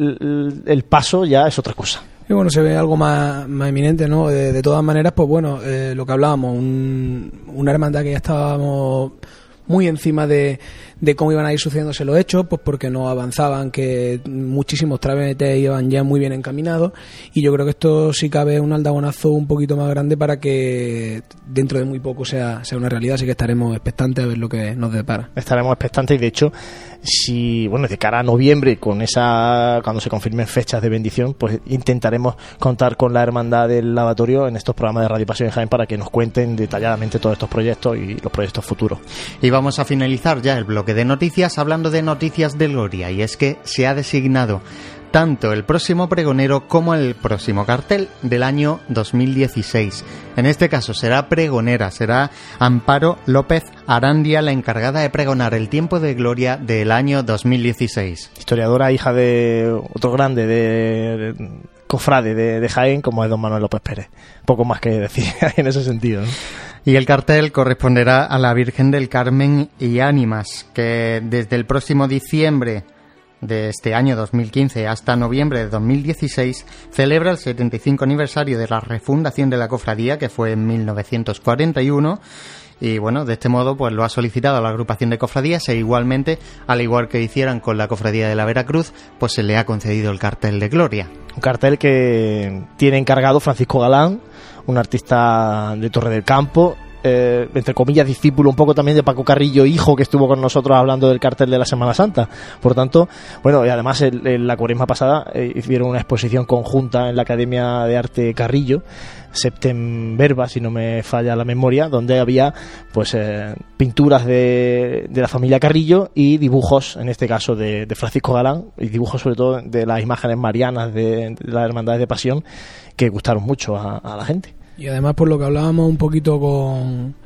el paso ya es otra cosa. Y se ve algo más eminente, ¿no? De todas maneras, lo que hablábamos, una hermandad que ya estábamos muy encima de cómo iban a ir sucediéndose los hechos, pues porque no avanzaban, que muchísimos trámites iban ya muy bien encaminados, y yo creo que esto sí cabe un aldabonazo un poquito más grande para que dentro de muy poco sea una realidad, así que estaremos expectantes a ver lo que nos depara. Estaremos expectantes, y de hecho, si de cara a noviembre, cuando se confirmen fechas de bendición, pues intentaremos contar con la hermandad del lavatorio en estos programas de Radio Pasión en Jaén para que nos cuenten detalladamente todos estos proyectos y los proyectos futuros. Y vamos a finalizar ya el bloque de noticias hablando de noticias de gloria, y es que se ha designado tanto el próximo pregonero como el próximo cartel del año 2016. En este caso será pregonera, será Amparo López Arandia la encargada de pregonar el tiempo de gloria del año 2016. Historiadora, hija de otro grande de cofrade de Jaén, como es don Manuel López Pérez. Poco más que decir en ese sentido, ¿no? Y el cartel corresponderá a la Virgen del Carmen y Ánimas, que desde el próximo diciembre de este año 2015 hasta noviembre de 2016 celebra el 75 aniversario de la refundación de la cofradía, que fue en 1941. Y de este modo pues lo ha solicitado a la agrupación de cofradías, e igualmente, al igual que hicieran con la cofradía de la Veracruz, pues se le ha concedido el cartel de gloria. Un cartel que tiene encargado Francisco Galán, un artista de Torre del Campo, entre comillas discípulo un poco también de Paco Carrillo, hijo, que estuvo con nosotros hablando del cartel de la Semana Santa. Por tanto, y además en la Cuaresma pasada hicieron una exposición conjunta en la Academia de Arte Carrillo, Septemberba, si no me falla la memoria, donde había pinturas de la familia Carrillo y dibujos, en este caso de Francisco Galán, y dibujos sobre todo de las imágenes marianas de las hermandades de pasión, que gustaron mucho a la gente. Y además, por lo que hablábamos un poquito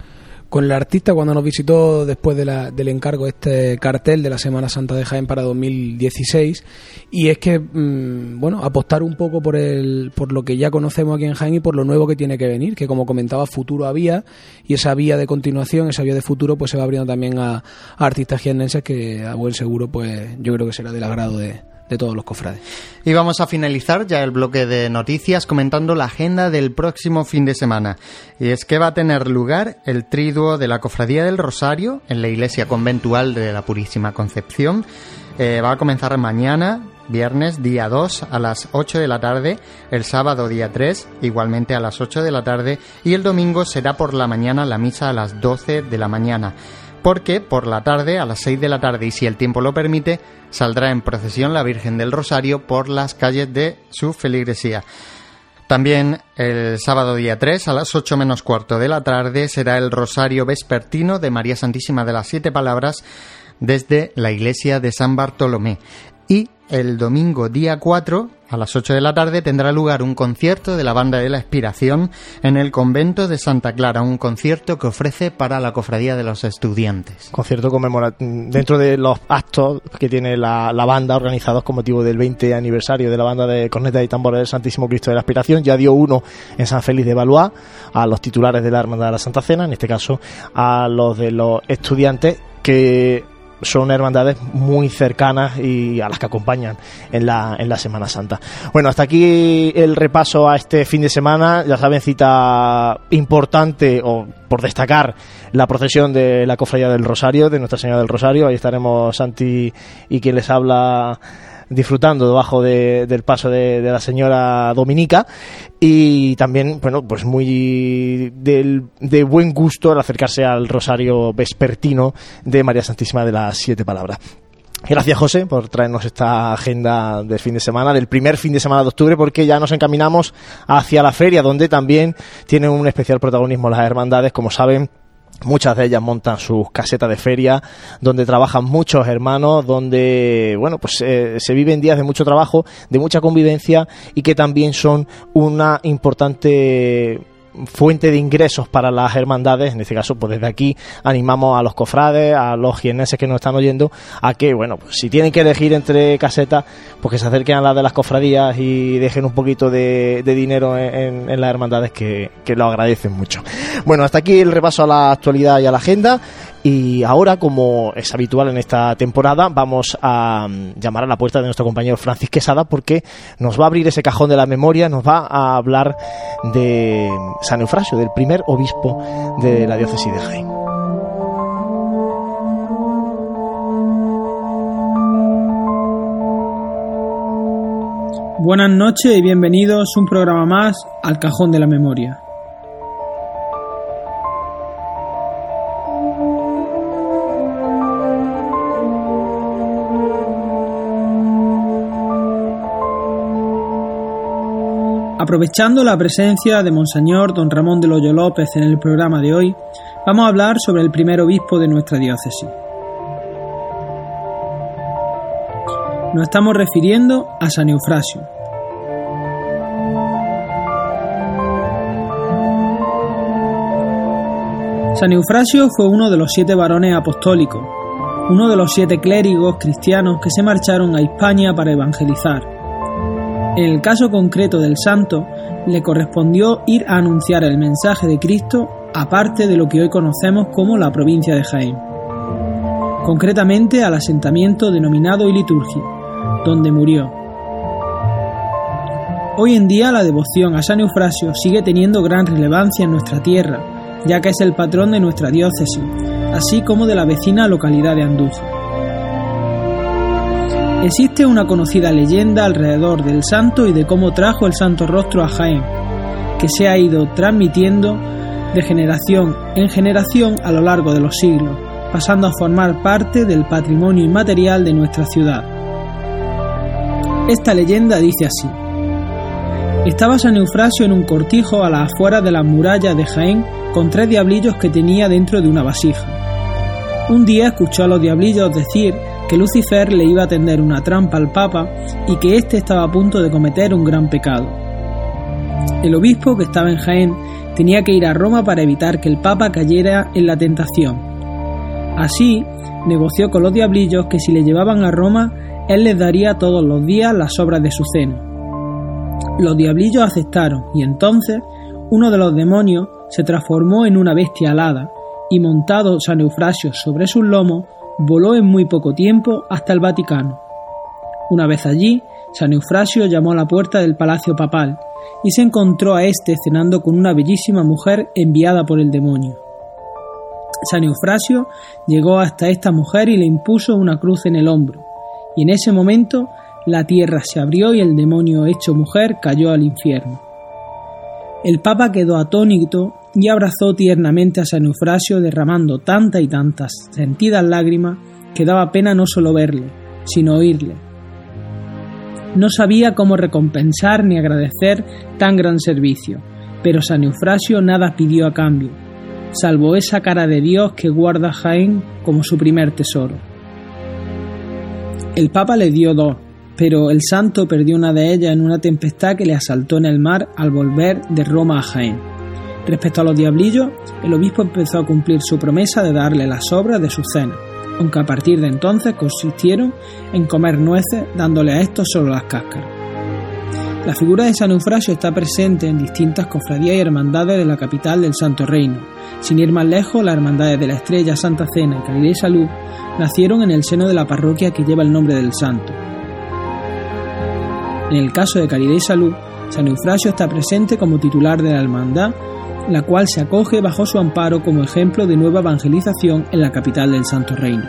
el artista cuando nos visitó después del encargo este cartel de la Semana Santa de Jaén para 2016, y es que apostar un poco por lo que ya conocemos aquí en Jaén y por lo nuevo que tiene que venir, que como comentaba, futuro había, y esa vía de continuación, esa vía de futuro, pues se va abriendo también a artistas jiennenses que a buen seguro pues yo creo que será del agrado de todos los cofrades. Y vamos a finalizar ya el bloque de noticias comentando la agenda del próximo fin de semana. Y es que va a tener lugar el triduo de la Cofradía del Rosario en la Iglesia Conventual de la Purísima Concepción. Va a comenzar mañana, viernes, día 2, a las 8 de la tarde, el sábado, día 3, igualmente a las 8 de la tarde, y el domingo será por la mañana la misa a las 12 de la mañana. Porque por la tarde, a las 6 de la tarde, y si el tiempo lo permite, saldrá en procesión la Virgen del Rosario por las calles de su feligresía. También el sábado día 3, a las 8 menos cuarto de la tarde, será el Rosario Vespertino de María Santísima de las Siete Palabras desde la iglesia de San Bartolomé. Y el domingo día 4, a las 8 de la tarde, tendrá lugar un concierto de la Banda de la Expiración en el convento de Santa Clara, un concierto que ofrece para la Cofradía de los Estudiantes. Concierto dentro de los actos que tiene la banda organizados con motivo del 20 aniversario de la Banda de Cornetas y Tambores del Santísimo Cristo de la Expiración. Ya dio uno en San Félix de Valois a los titulares de la Hermandad de la Santa Cena, en este caso a los de los estudiantes, que son hermandades muy cercanas y a las que acompañan en la Semana Santa. Bueno, hasta aquí el repaso a este fin de semana. Ya saben, cita importante, o por destacar, la procesión de la Cofradía del Rosario, de Nuestra Señora del Rosario. Ahí estaremos Santi y quien les habla disfrutando debajo del paso de la señora Dominica, y también, bueno, pues muy de buen gusto al acercarse al Rosario Vespertino de María Santísima de las Siete Palabras. Gracias, José, por traernos esta agenda del fin de semana, del primer fin de semana de octubre, porque ya nos encaminamos hacia la feria, donde también tienen un especial protagonismo las hermandades. Como saben, muchas de ellas montan sus casetas de feria, donde trabajan muchos hermanos, donde, bueno, pues se viven días de mucho trabajo, de mucha convivencia, y que también son una importante fuente de ingresos para las hermandades. En este caso, pues desde aquí animamos a los cofrades, a los jiennenses que nos están oyendo, a que, bueno, pues si tienen que elegir entre casetas, pues que se acerquen a las de las cofradías y dejen un poquito de dinero en las hermandades, que lo agradecen mucho. Bueno, hasta aquí el repaso a la actualidad y a la agenda. Y ahora, como es habitual en esta temporada, vamos a llamar a la puerta de nuestro compañero Francis Quesada, porque nos va a abrir ese cajón de la memoria, nos va a hablar de San Eufrasio, del primer obispo de la diócesis de Jaén. Buenas noches y bienvenidos un programa más al Cajón de la Memoria. Aprovechando la presencia de Monseñor Don Ramón del Hoyo López en el programa de hoy, vamos a hablar sobre el primer obispo de nuestra diócesis. Nos estamos refiriendo a San Eufrasio. San Eufrasio fue uno de los 7 varones apostólicos, uno de los 7 clérigos cristianos que se marcharon a Hispania para evangelizar. En el caso concreto del santo, le correspondió ir a anunciar el mensaje de Cristo aparte de lo que hoy conocemos como la provincia de Jaén, concretamente al asentamiento denominado Iliturgi, donde murió. Hoy en día la devoción a San Eufrasio sigue teniendo gran relevancia en nuestra tierra, ya que es el patrón de nuestra diócesis, así como de la vecina localidad de Andújar. Existe una conocida leyenda alrededor del santo y de cómo trajo el santo rostro a Jaén, que se ha ido transmitiendo de generación en generación a lo largo de los siglos, pasando a formar parte del patrimonio inmaterial de nuestra ciudad. Esta leyenda dice así: estaba San Eufrasio en un cortijo a las afueras de las murallas de Jaén con 3 diablillos que tenía dentro de una vasija. Un día escuchó a los diablillos decir que Lucifer le iba a tender una trampa al Papa y que éste estaba a punto de cometer un gran pecado. El obispo, que estaba en Jaén, Tenía que ir a Roma para evitar que el Papa cayera en la tentación. Así, negoció con los diablillos que si le llevaban a Roma, él les daría todos los días las sobras de su cena. Los diablillos aceptaron, y entonces uno de los demonios se transformó en una bestia alada, y montado San Eufrasio sobre sus lomos, voló en muy poco tiempo hasta el Vaticano. Una vez allí, San Eufrasio llamó a la puerta del palacio papal, y se encontró a éste cenando con una bellísima mujer enviada por el demonio. San Eufrasio llegó hasta esta mujer y le impuso una cruz en el hombro, y en ese momento la tierra se abrió y el demonio hecho mujer cayó al infierno. El Papa quedó atónito y abrazó tiernamente a San Eufrasio, derramando tantas y tantas sentidas lágrimas que daba pena no solo verle, sino oírle. No sabía cómo recompensar ni agradecer tan gran servicio, pero San Eufrasio nada pidió a cambio, salvo esa cara de Dios que guarda Jaén como su primer tesoro. El Papa le dio 2, pero el santo perdió una de ellas en una tempestad que le asaltó en el mar al volver de Roma a Jaén. Respecto a los diablillos, el obispo empezó a cumplir su promesa de darle las sobras de su cena, aunque a partir de entonces consistieron en comer nueces, dándole a estos solo las cáscaras. La figura de San Eufrasio está presente en distintas cofradías y hermandades de la capital del Santo Reino. Sin ir más lejos, las hermandades de la Estrella, Santa Cena y Caridad y Salud nacieron en el seno de la parroquia que lleva el nombre del santo. En el caso de Caridad y Salud, San Eufrasio está presente como titular de la hermandad, la cual se acoge bajo su amparo como ejemplo de nueva evangelización en la capital del Santo Reino.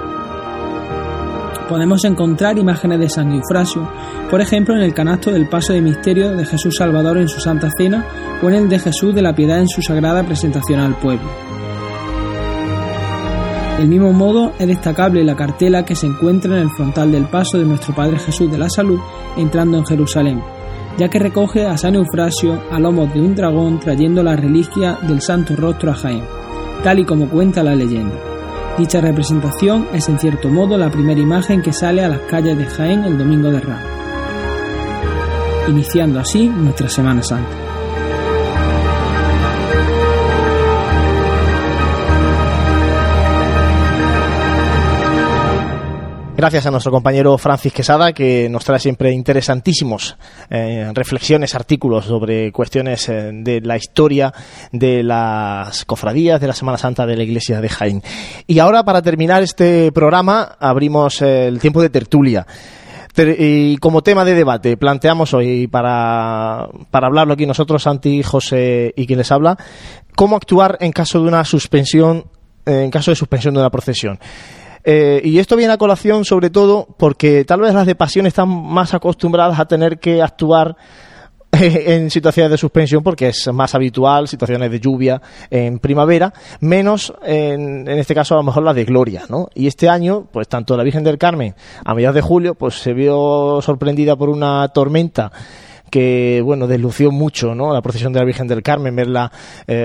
Podemos encontrar imágenes de San Eufrasio, por ejemplo en el canasto del Paso de Misterio de Jesús Salvador en su Santa Cena o en el de Jesús de la Piedad en su sagrada presentación al pueblo. Del mismo modo, es destacable la cartela que se encuentra en el frontal del paso de nuestro Padre Jesús de la Salud entrando en Jerusalén, ya que recoge a San Eufrasio a lomos de un dragón trayendo la reliquia del Santo Rostro a Jaén, tal y como cuenta la leyenda. Dicha representación es en cierto modo la primera imagen que sale a las calles de Jaén el Domingo de Ramos, iniciando así nuestra Semana Santa. Gracias a nuestro compañero Francis Quesada, que nos trae siempre interesantísimos reflexiones, artículos sobre cuestiones de la historia de las cofradías de la Semana Santa de la Iglesia de Jaén. Y ahora, para terminar este programa, abrimos el tiempo de tertulia. Y como tema de debate planteamos hoy, para hablarlo aquí nosotros, Santi, José y quien les habla, cómo actuar en caso de una suspensión, en caso de suspensión de una procesión. Y esto viene a colación sobre todo porque tal vez las de pasión están más acostumbradas a tener que actuar en situaciones de suspensión porque es más habitual, situaciones de lluvia en primavera, menos en este caso a lo mejor las de gloria, ¿no? Y este año, pues tanto la Virgen del Carmen a mediados de julio pues se vio sorprendida por una tormenta que, bueno, deslució mucho, ¿no?, la procesión de la Virgen del Carmen, ver la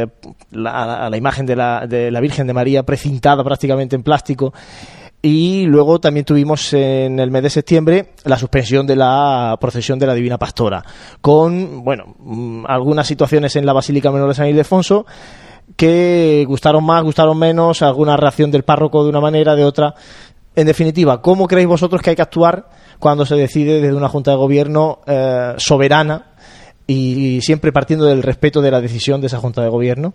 imagen de la Virgen de María precintada prácticamente en plástico. Y luego también tuvimos en el mes de septiembre la suspensión de la procesión de la Divina Pastora, con, bueno, algunas situaciones en la Basílica Menor de San Ildefonso que gustaron más, gustaron menos, alguna reacción del párroco de una manera, de otra. En definitiva, ¿cómo creéis vosotros que hay que actuar cuando se decide desde una Junta de Gobierno soberana y siempre partiendo del respeto de la decisión de esa Junta de Gobierno,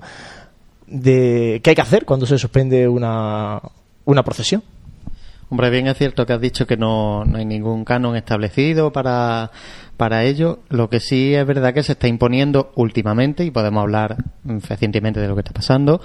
de qué hay que hacer cuando se suspende una procesión? Hombre, bien es cierto que has dicho que no hay ningún canon establecido para ello. Lo que sí es verdad que se está imponiendo últimamente, y podemos hablar fehacientemente de lo que está pasando,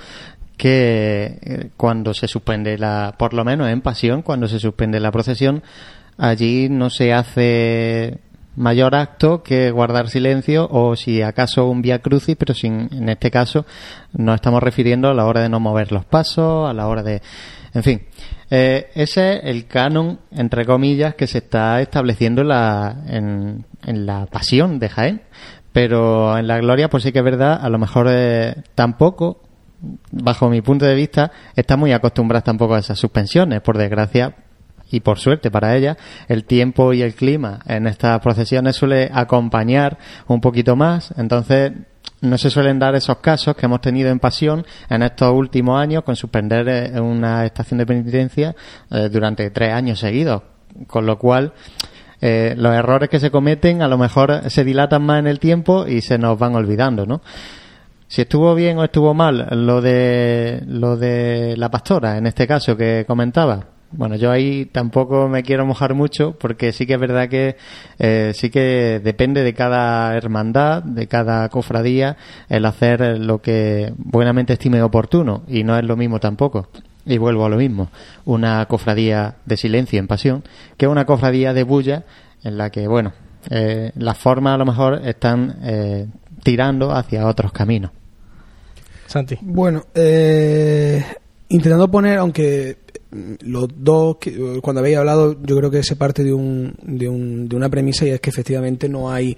que cuando se suspende por lo menos en Pasión, cuando se suspende la procesión, allí no se hace mayor acto que guardar silencio o si acaso un vía crucis, pero en este caso nos estamos refiriendo a la hora de no mover los pasos, a la hora de... En fin, ese es el canon, entre comillas, que se está estableciendo en la Pasión de Jaén, pero en la Gloria pues sí que es verdad, a lo mejor tampoco, bajo mi punto de vista, está muy acostumbrada tampoco a esas suspensiones, por desgracia y por suerte para ella. El tiempo y el clima en estas procesiones suele acompañar un poquito más, entonces no se suelen dar esos casos que hemos tenido en Pasión en estos últimos años, con suspender una estación de penitencia durante 3 años seguidos, con lo cual los errores que se cometen a lo mejor se dilatan más en el tiempo y se nos van olvidando, ¿no? Si estuvo bien o estuvo mal lo de la pastora, en este caso que comentaba, bueno, yo ahí tampoco me quiero mojar mucho, porque sí que es verdad que sí que depende de cada hermandad, de cada cofradía, el hacer lo que buenamente estime oportuno, y no es lo mismo tampoco. Y vuelvo a lo mismo, una cofradía de silencio en Pasión que una cofradía de bulla, en la que, bueno, las formas a lo mejor están tirando hacia otros caminos. Santi. Bueno, intentando poner, aunque los dos, cuando habéis hablado, yo creo que se parte de una premisa, y es que efectivamente no hay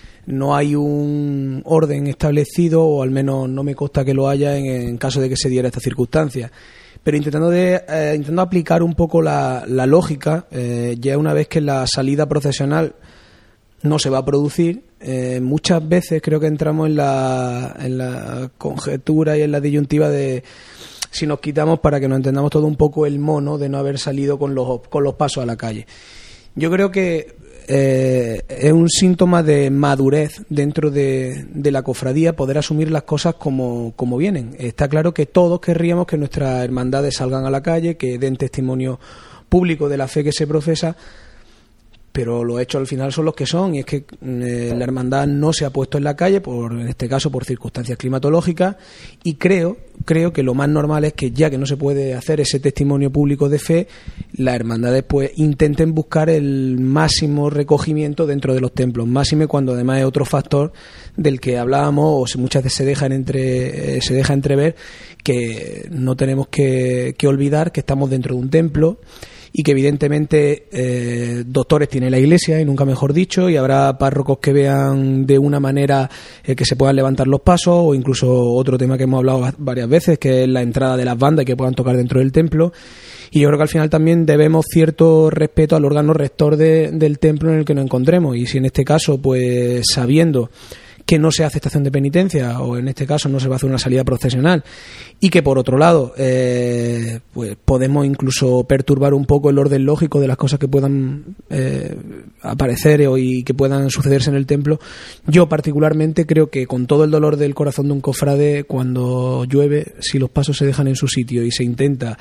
un orden establecido, o al menos no me consta que lo haya en caso de que se diera esta circunstancia. Pero intentando aplicar un poco la lógica, ya una vez que la salida procesional no se va a producir, muchas veces creo que entramos en la conjetura y en la disyuntiva de si nos quitamos, para que nos entendamos todo, un poco el mono de no haber salido con los pasos a la calle. Yo creo que es un síntoma de madurez dentro de la cofradía poder asumir las cosas como vienen. Está claro que todos querríamos que nuestras hermandades salgan a la calle, que den testimonio público de la fe que se profesa, pero los hechos al final son los que son, y es que la hermandad no se ha puesto en la calle, en este caso por circunstancias climatológicas, y creo que lo más normal es que, ya que no se puede hacer ese testimonio público de fe, las hermandades pues intenten buscar el máximo recogimiento dentro de los templos, máxime cuando además es otro factor del que hablábamos, o muchas veces se deja entrever, que no tenemos que olvidar que estamos dentro de un templo, y que evidentemente doctores tiene la Iglesia, y nunca mejor dicho, y habrá párrocos que vean de una manera que se puedan levantar los pasos, o incluso otro tema que hemos hablado varias veces, que es la entrada de las bandas, y que puedan tocar dentro del templo. Y yo creo que al final también debemos cierto respeto al órgano rector del templo en el que nos encontremos, y si en este caso, pues sabiendo que no se hace estación de penitencia, o en este caso no se va a hacer una salida procesional, y que por otro lado pues podemos incluso perturbar un poco el orden lógico de las cosas que puedan aparecer y que puedan sucederse en el templo, yo particularmente creo que, con todo el dolor del corazón de un cofrade, cuando llueve, si los pasos se dejan en su sitio y se intenta,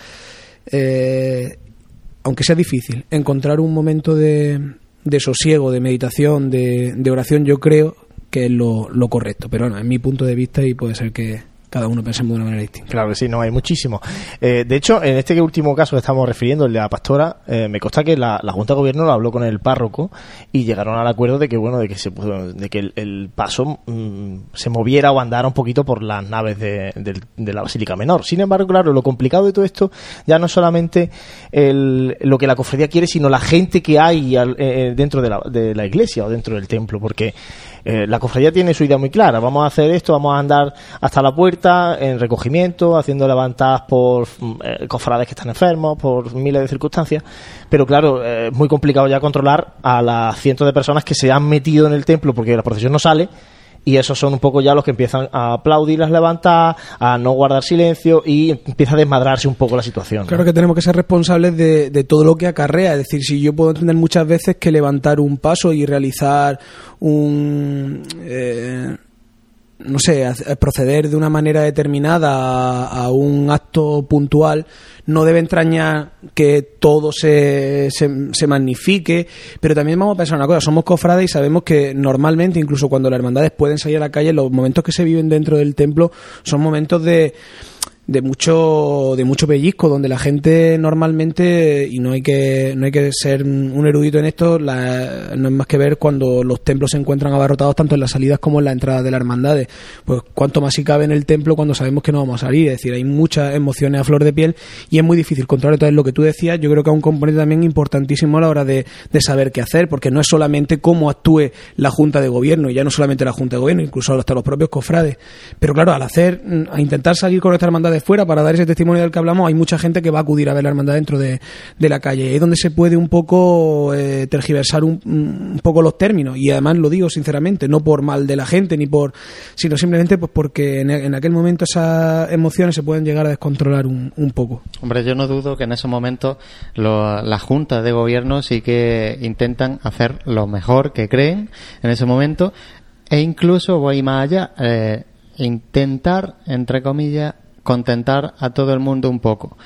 aunque sea difícil, encontrar un momento de sosiego, de meditación, de oración, yo creo que es lo correcto. Pero bueno, es mi punto de vista, y puede ser que cada uno pensemos de una manera distinta. Claro que sí, no, hay muchísimo. De hecho, en este último caso que estamos refiriendo, el de la pastora, me consta que la Junta de Gobierno lo habló con el párroco, y llegaron al acuerdo de que, bueno, de que el paso se moviera o andara un poquito por las naves de la Basílica Menor. Sin embargo, claro, lo complicado de todo esto ya no es solamente lo que la cofradía quiere, sino la gente que hay dentro de la iglesia o dentro del templo, porque la cofradía tiene su idea muy clara: vamos a hacer esto, vamos a andar hasta la puerta en recogimiento, haciendo levantadas por cofrades que están enfermos, por miles de circunstancias, pero claro, es muy complicado ya controlar a las cientos de personas que se han metido en el templo porque la procesión no sale, y esos son un poco ya los que empiezan a aplaudir las levantadas, a no guardar silencio, y empieza a desmadrarse un poco la situación, ¿no? Claro que tenemos que ser responsables de todo lo que acarrea. Es decir, si yo puedo entender muchas veces que levantar un paso y realizar no sé, proceder de una manera determinada a un acto puntual no debe entrañar que todo se magnifique, pero también vamos a pensar una cosa: somos cofrades y sabemos que normalmente, incluso cuando las hermandades pueden salir a la calle, los momentos que se viven dentro del templo son momentos de mucho pellizco, donde la gente normalmente, y no hay que ser un erudito en esto, no es más que ver cuando los templos se encuentran abarrotados tanto en las salidas como en las entradas de las hermandades. Pues cuánto más si cabe en el templo cuando sabemos que no vamos a salir. Es decir, hay muchas emociones a flor de piel y es muy difícil controlar. Entonces, lo que tú decías, yo creo que es un componente también importantísimo a la hora de saber qué hacer, porque no es solamente cómo actúe la Junta de Gobierno, y ya no solamente la Junta de Gobierno, incluso hasta los propios cofrades, pero claro, a intentar salir con nuestra hermandad de fuera para dar ese testimonio del que hablamos, hay mucha gente que va a acudir a ver la hermandad dentro de la calle. Es donde se puede un poco tergiversar un poco los términos, y además lo digo sinceramente, no por mal de la gente, sino simplemente pues porque en aquel momento esas emociones se pueden llegar a descontrolar un poco. Hombre, yo no dudo que en esos momentos las juntas de gobierno sí que intentan hacer lo mejor que creen en ese momento, e incluso voy más allá, intentar, entre comillas, contentar a todo el mundo un poco.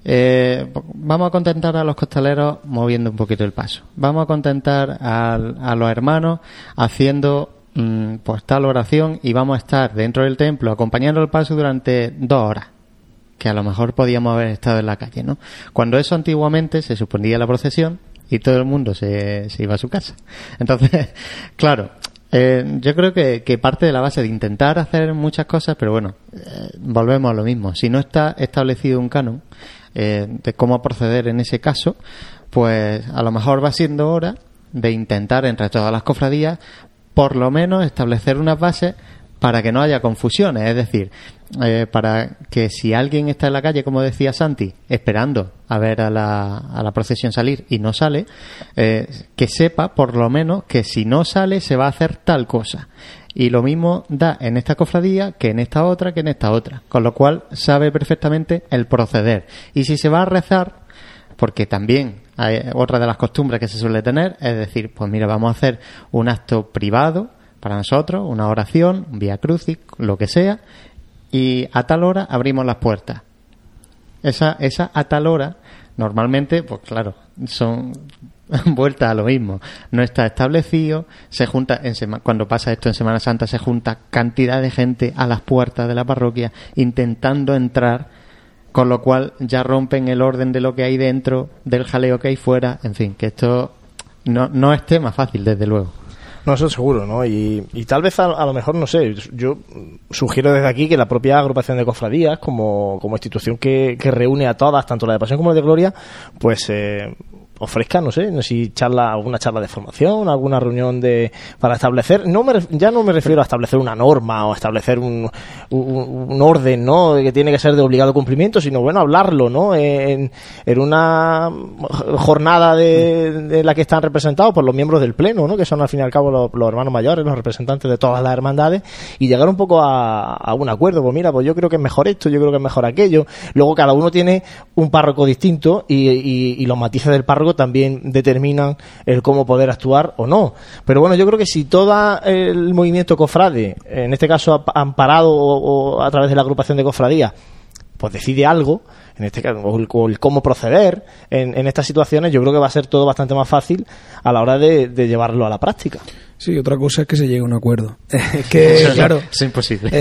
Vamos a contentar a los costaleros moviendo un poquito el paso. Vamos a contentar a los hermanos haciendo pues tal oración, y vamos a estar dentro del templo acompañando el paso durante 2 horas, que a lo mejor podíamos haber estado en la calle, ¿no? Cuando eso antiguamente se suspendía la procesión y todo el mundo se iba a su casa. Entonces, claro, yo creo que parte de la base de intentar hacer muchas cosas, pero bueno, volvemos a lo mismo. Si no está establecido un canon de cómo proceder en ese caso, pues a lo mejor va siendo hora de intentar entre todas las cofradías por lo menos establecer unas bases para que no haya confusiones, es decir, para que si alguien está en la calle, como decía Santi, esperando a ver a la procesión salir y no sale, que sepa por lo menos que si no sale se va a hacer tal cosa. Y lo mismo da en esta cofradía que en esta otra, con lo cual sabe perfectamente el proceder. Y si se va a rezar, porque también hay otra de las costumbres que se suele tener, es decir, pues mira, vamos a hacer un acto privado para nosotros, una oración, un vía crucis, lo que sea, y a tal hora abrimos las puertas. Esa a tal hora, normalmente, pues claro, son vueltas a lo mismo. No está establecido, se junta, cuando pasa esto en Semana Santa, se junta cantidad de gente a las puertas de la parroquia intentando entrar, con lo cual ya rompen el orden de lo que hay dentro, del jaleo que hay fuera, en fin, que esto no es tema fácil, desde luego. No, eso seguro, ¿no? Y tal vez a lo mejor, no sé, yo sugiero desde aquí que la propia agrupación de cofradías, como institución que reúne a todas, tanto la de Pasión como la de Gloria, pues ofrezca, no sé si alguna charla de formación, alguna reunión para establecer, ya no me refiero a establecer una norma o a establecer un orden, ¿no?, que tiene que ser de obligado cumplimiento, sino bueno, hablarlo, ¿no?, en una jornada de la que están representados por los miembros del pleno, ¿no?, que son al fin y al cabo los hermanos mayores, los representantes de todas las hermandades, y llegar un poco a un acuerdo. Pues mira, pues yo creo que es mejor esto, yo creo que es mejor aquello. Luego cada uno tiene un párroco distinto y los matices del párroco también determinan el cómo poder actuar o no. Pero bueno, yo creo que si todo el movimiento cofrade, en este caso amparado o a través de la agrupación de cofradías, pues decide algo, en este caso, o el cómo proceder en estas situaciones, yo creo que va a ser todo bastante más fácil a la hora de llevarlo a la práctica. Sí, otra cosa es que se llegue a un acuerdo. Es que, claro, es imposible.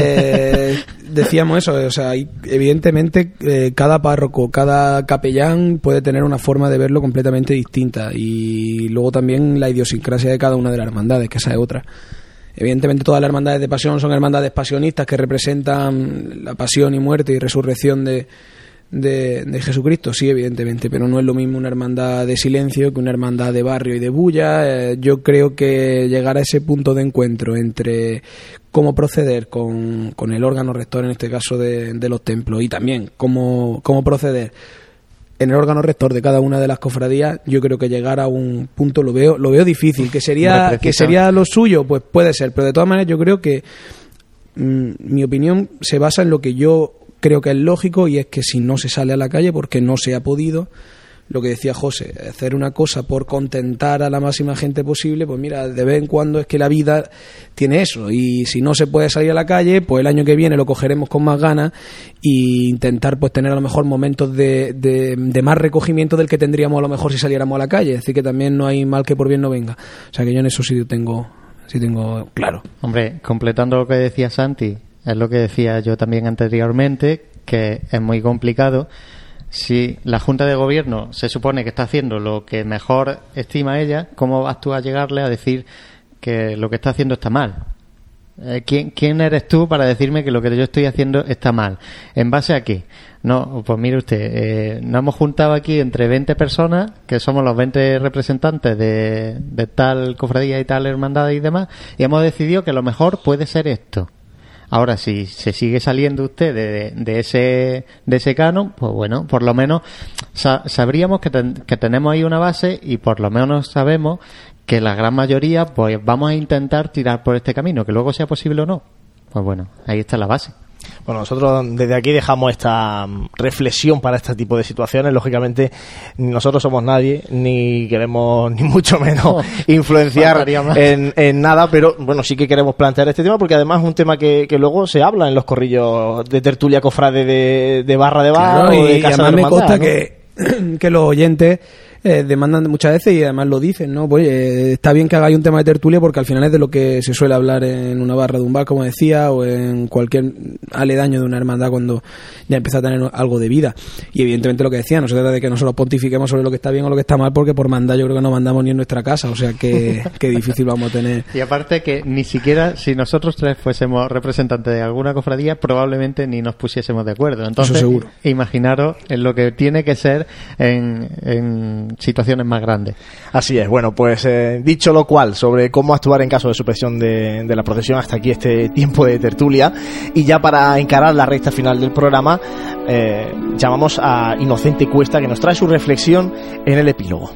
Decíamos eso, o sea, evidentemente cada párroco, cada capellán puede tener una forma de verlo completamente distinta, y luego también la idiosincrasia de cada una de las hermandades, que esa es otra. Evidentemente todas las hermandades de pasión son hermandades pasionistas que representan la pasión y muerte y resurrección de Jesucristo, sí, evidentemente, pero no es lo mismo una hermandad de silencio que una hermandad de barrio y de bulla. Yo creo que llegar a ese punto de encuentro entre cómo proceder con el órgano rector, en este caso de los templos, y también cómo proceder en el órgano rector de cada una de las cofradías, yo creo que llegar a un punto lo veo difícil. Que sería lo suyo, pues puede ser, pero de todas maneras yo creo que mi opinión se basa en lo que yo creo que es lógico, y es que si no se sale a la calle porque no se ha podido, lo que decía José, hacer una cosa por contentar a la máxima gente posible, pues mira, de vez en cuando es que la vida tiene eso, y si no se puede salir a la calle, pues el año que viene lo cogeremos con más ganas e intentar pues tener a lo mejor momentos de más recogimiento del que tendríamos a lo mejor si saliéramos a la calle. Es decir, que también no hay mal que por bien no venga. O sea que yo en eso sí tengo claro. Hombre, completando lo que decía Santi, es lo que decía yo también anteriormente, que es muy complicado. Si la Junta de Gobierno se supone que está haciendo lo que mejor estima ella, ¿cómo vas tú a llegarle a decir que lo que está haciendo está mal? ¿Quién eres tú para decirme que lo que yo estoy haciendo está mal? ¿En base a qué? No, pues mire usted, nos hemos juntado aquí entre 20 personas, que somos los 20 representantes de tal cofradía y tal hermandad y demás, y hemos decidido que lo mejor puede ser esto. Ahora, si se sigue saliendo usted de ese canon, pues bueno, por lo menos sabríamos que tenemos ahí una base, y por lo menos sabemos que la gran mayoría pues vamos a intentar tirar por este camino, que luego sea posible o no. Pues bueno, ahí está la base. Bueno, nosotros desde aquí dejamos esta reflexión para este tipo de situaciones. Lógicamente, nosotros somos nadie, ni queremos ni mucho menos influenciar en nada, pero bueno, sí que queremos plantear este tema, porque además es un tema que luego se habla en los corrillos de tertulia cofrade de barra de bar, claro, o de casa de hermandad, me consta, ¿no? que los oyentes demandan muchas veces, y además lo dicen, ¿no? Pues está bien que hagáis un tema de tertulia, porque al final es de lo que se suele hablar en una barra de un bar, como decía, o en cualquier aledaño de una hermandad cuando ya empieza a tener algo de vida. Y evidentemente lo que decía, no se trata de que nosotros pontifiquemos sobre lo que está bien o lo que está mal, porque por mandar yo creo que no mandamos ni en nuestra casa, o sea que difícil vamos a tener. Y aparte que ni siquiera si nosotros tres fuésemos representantes de alguna cofradía, probablemente ni nos pusiésemos de acuerdo. Entonces, eso seguro. Imaginaros en lo que tiene que ser en situaciones más grandes. Así es. Bueno, pues dicho lo cual sobre cómo actuar en caso de suspensión de la procesión, hasta aquí este tiempo de tertulia, y ya para encarar la recta final del programa llamamos a Inocente Cuesta, que nos trae su reflexión en el epílogo.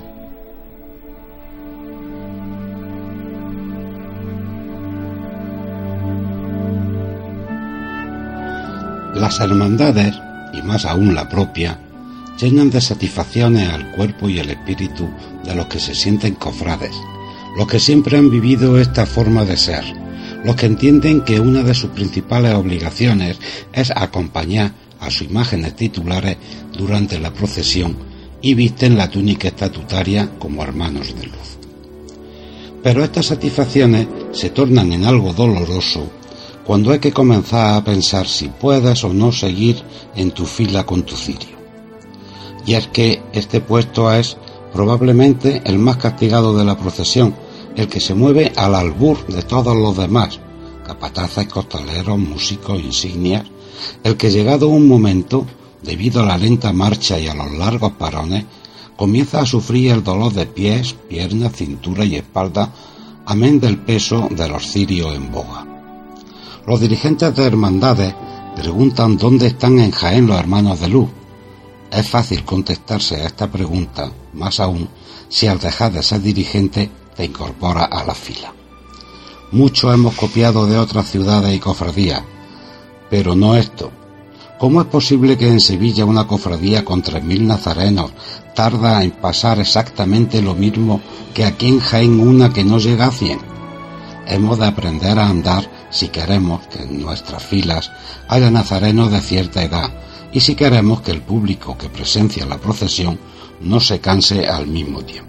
Las hermandades, y más aún la propia, llenan de satisfacciones al cuerpo y el espíritu de los que se sienten cofrades, los que siempre han vivido esta forma de ser, los que entienden que una de sus principales obligaciones es acompañar a sus imágenes titulares durante la procesión y visten la túnica estatutaria como hermanos de luz. Pero estas satisfacciones se tornan en algo doloroso cuando hay que comenzar a pensar si puedes o no seguir en tu fila con tu cirio. Y es que este puesto es probablemente el más castigado de la procesión, el que se mueve al albur de todos los demás, capataces, costaleros, músicos, insignias, el que llegado un momento, debido a la lenta marcha y a los largos parones, comienza a sufrir el dolor de pies, piernas, cintura y espalda, amén del peso de los cirios en boga. Los dirigentes de hermandades preguntan dónde están en Jaén los hermanos de luz. Es fácil contestarse a esta pregunta, más aún si al dejar de ser dirigente te incorporas a la fila. Muchos hemos copiado de otras ciudades y cofradías, pero no esto. ¿Cómo es posible que en Sevilla una cofradía con 3.000 nazarenos tarda en pasar exactamente lo mismo que aquí en Jaén una que no llega a 100? Hemos de aprender a andar si queremos que en nuestras filas haya nazarenos de cierta edad, y si queremos que el público que presencia la procesión no se canse al mismo tiempo.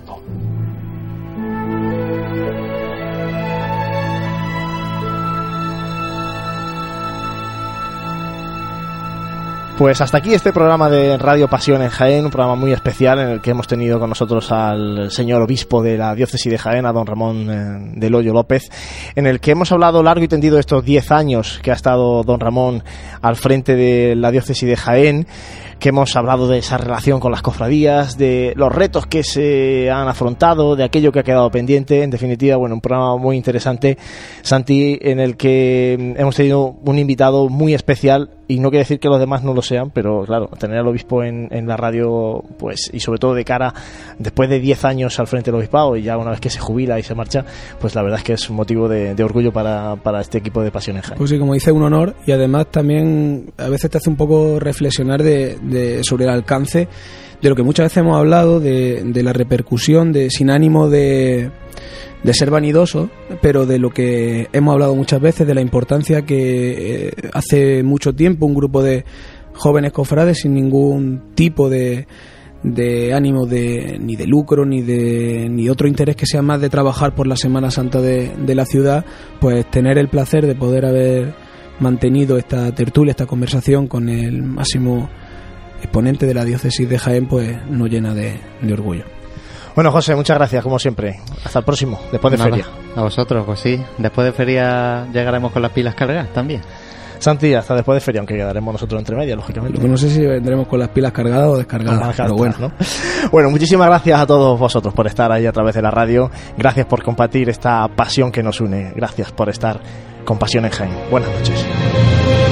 Pues hasta aquí este programa de Radio Pasión en Jaén, un programa muy especial en el que hemos tenido con nosotros al señor obispo de la diócesis de Jaén, a don Ramón del Hoyo López, en el que hemos hablado largo y tendido de estos 10 años que ha estado don Ramón al frente de la diócesis de Jaén, que hemos hablado de esa relación con las cofradías, de los retos que se han afrontado, de aquello que ha quedado pendiente. En definitiva, bueno, un programa muy interesante, Santi, en el que hemos tenido un invitado muy especial, y no quiere decir que los demás no lo sean, pero claro, tener al obispo en la radio, pues, y sobre todo de cara, después de 10 años al frente del obispado, y ya una vez que se jubila y se marcha, pues la verdad es que es un motivo de orgullo para este equipo de Pasión en Jaén. Pues sí, como dice, un honor, y además también a veces te hace un poco reflexionar sobre el alcance de lo que muchas veces hemos hablado, de la repercusión, sin ánimo de ser vanidoso, pero de lo que hemos hablado muchas veces, de la importancia que hace mucho tiempo un grupo de jóvenes cofrades sin ningún tipo de ánimo ni de lucro ni otro interés que sea más de trabajar por la Semana Santa de la ciudad, pues tener el placer de poder haber mantenido esta tertulia, esta conversación con el máximo exponente de la diócesis de Jaén, pues nos llena de orgullo. Bueno, José, muchas gracias, como siempre. Hasta el próximo, después de feria. A vosotros, pues sí. Después de feria llegaremos con las pilas cargadas también. Santi, hasta después de feria, aunque quedaremos nosotros entre medias, lógicamente. Lo que no sé si vendremos con las pilas cargadas o descargadas, pero bueno. ¿No? Bueno, muchísimas gracias a todos vosotros por estar ahí a través de la radio. Gracias por compartir esta pasión que nos une. Gracias por estar Compasión en Jaén. Buenas noches.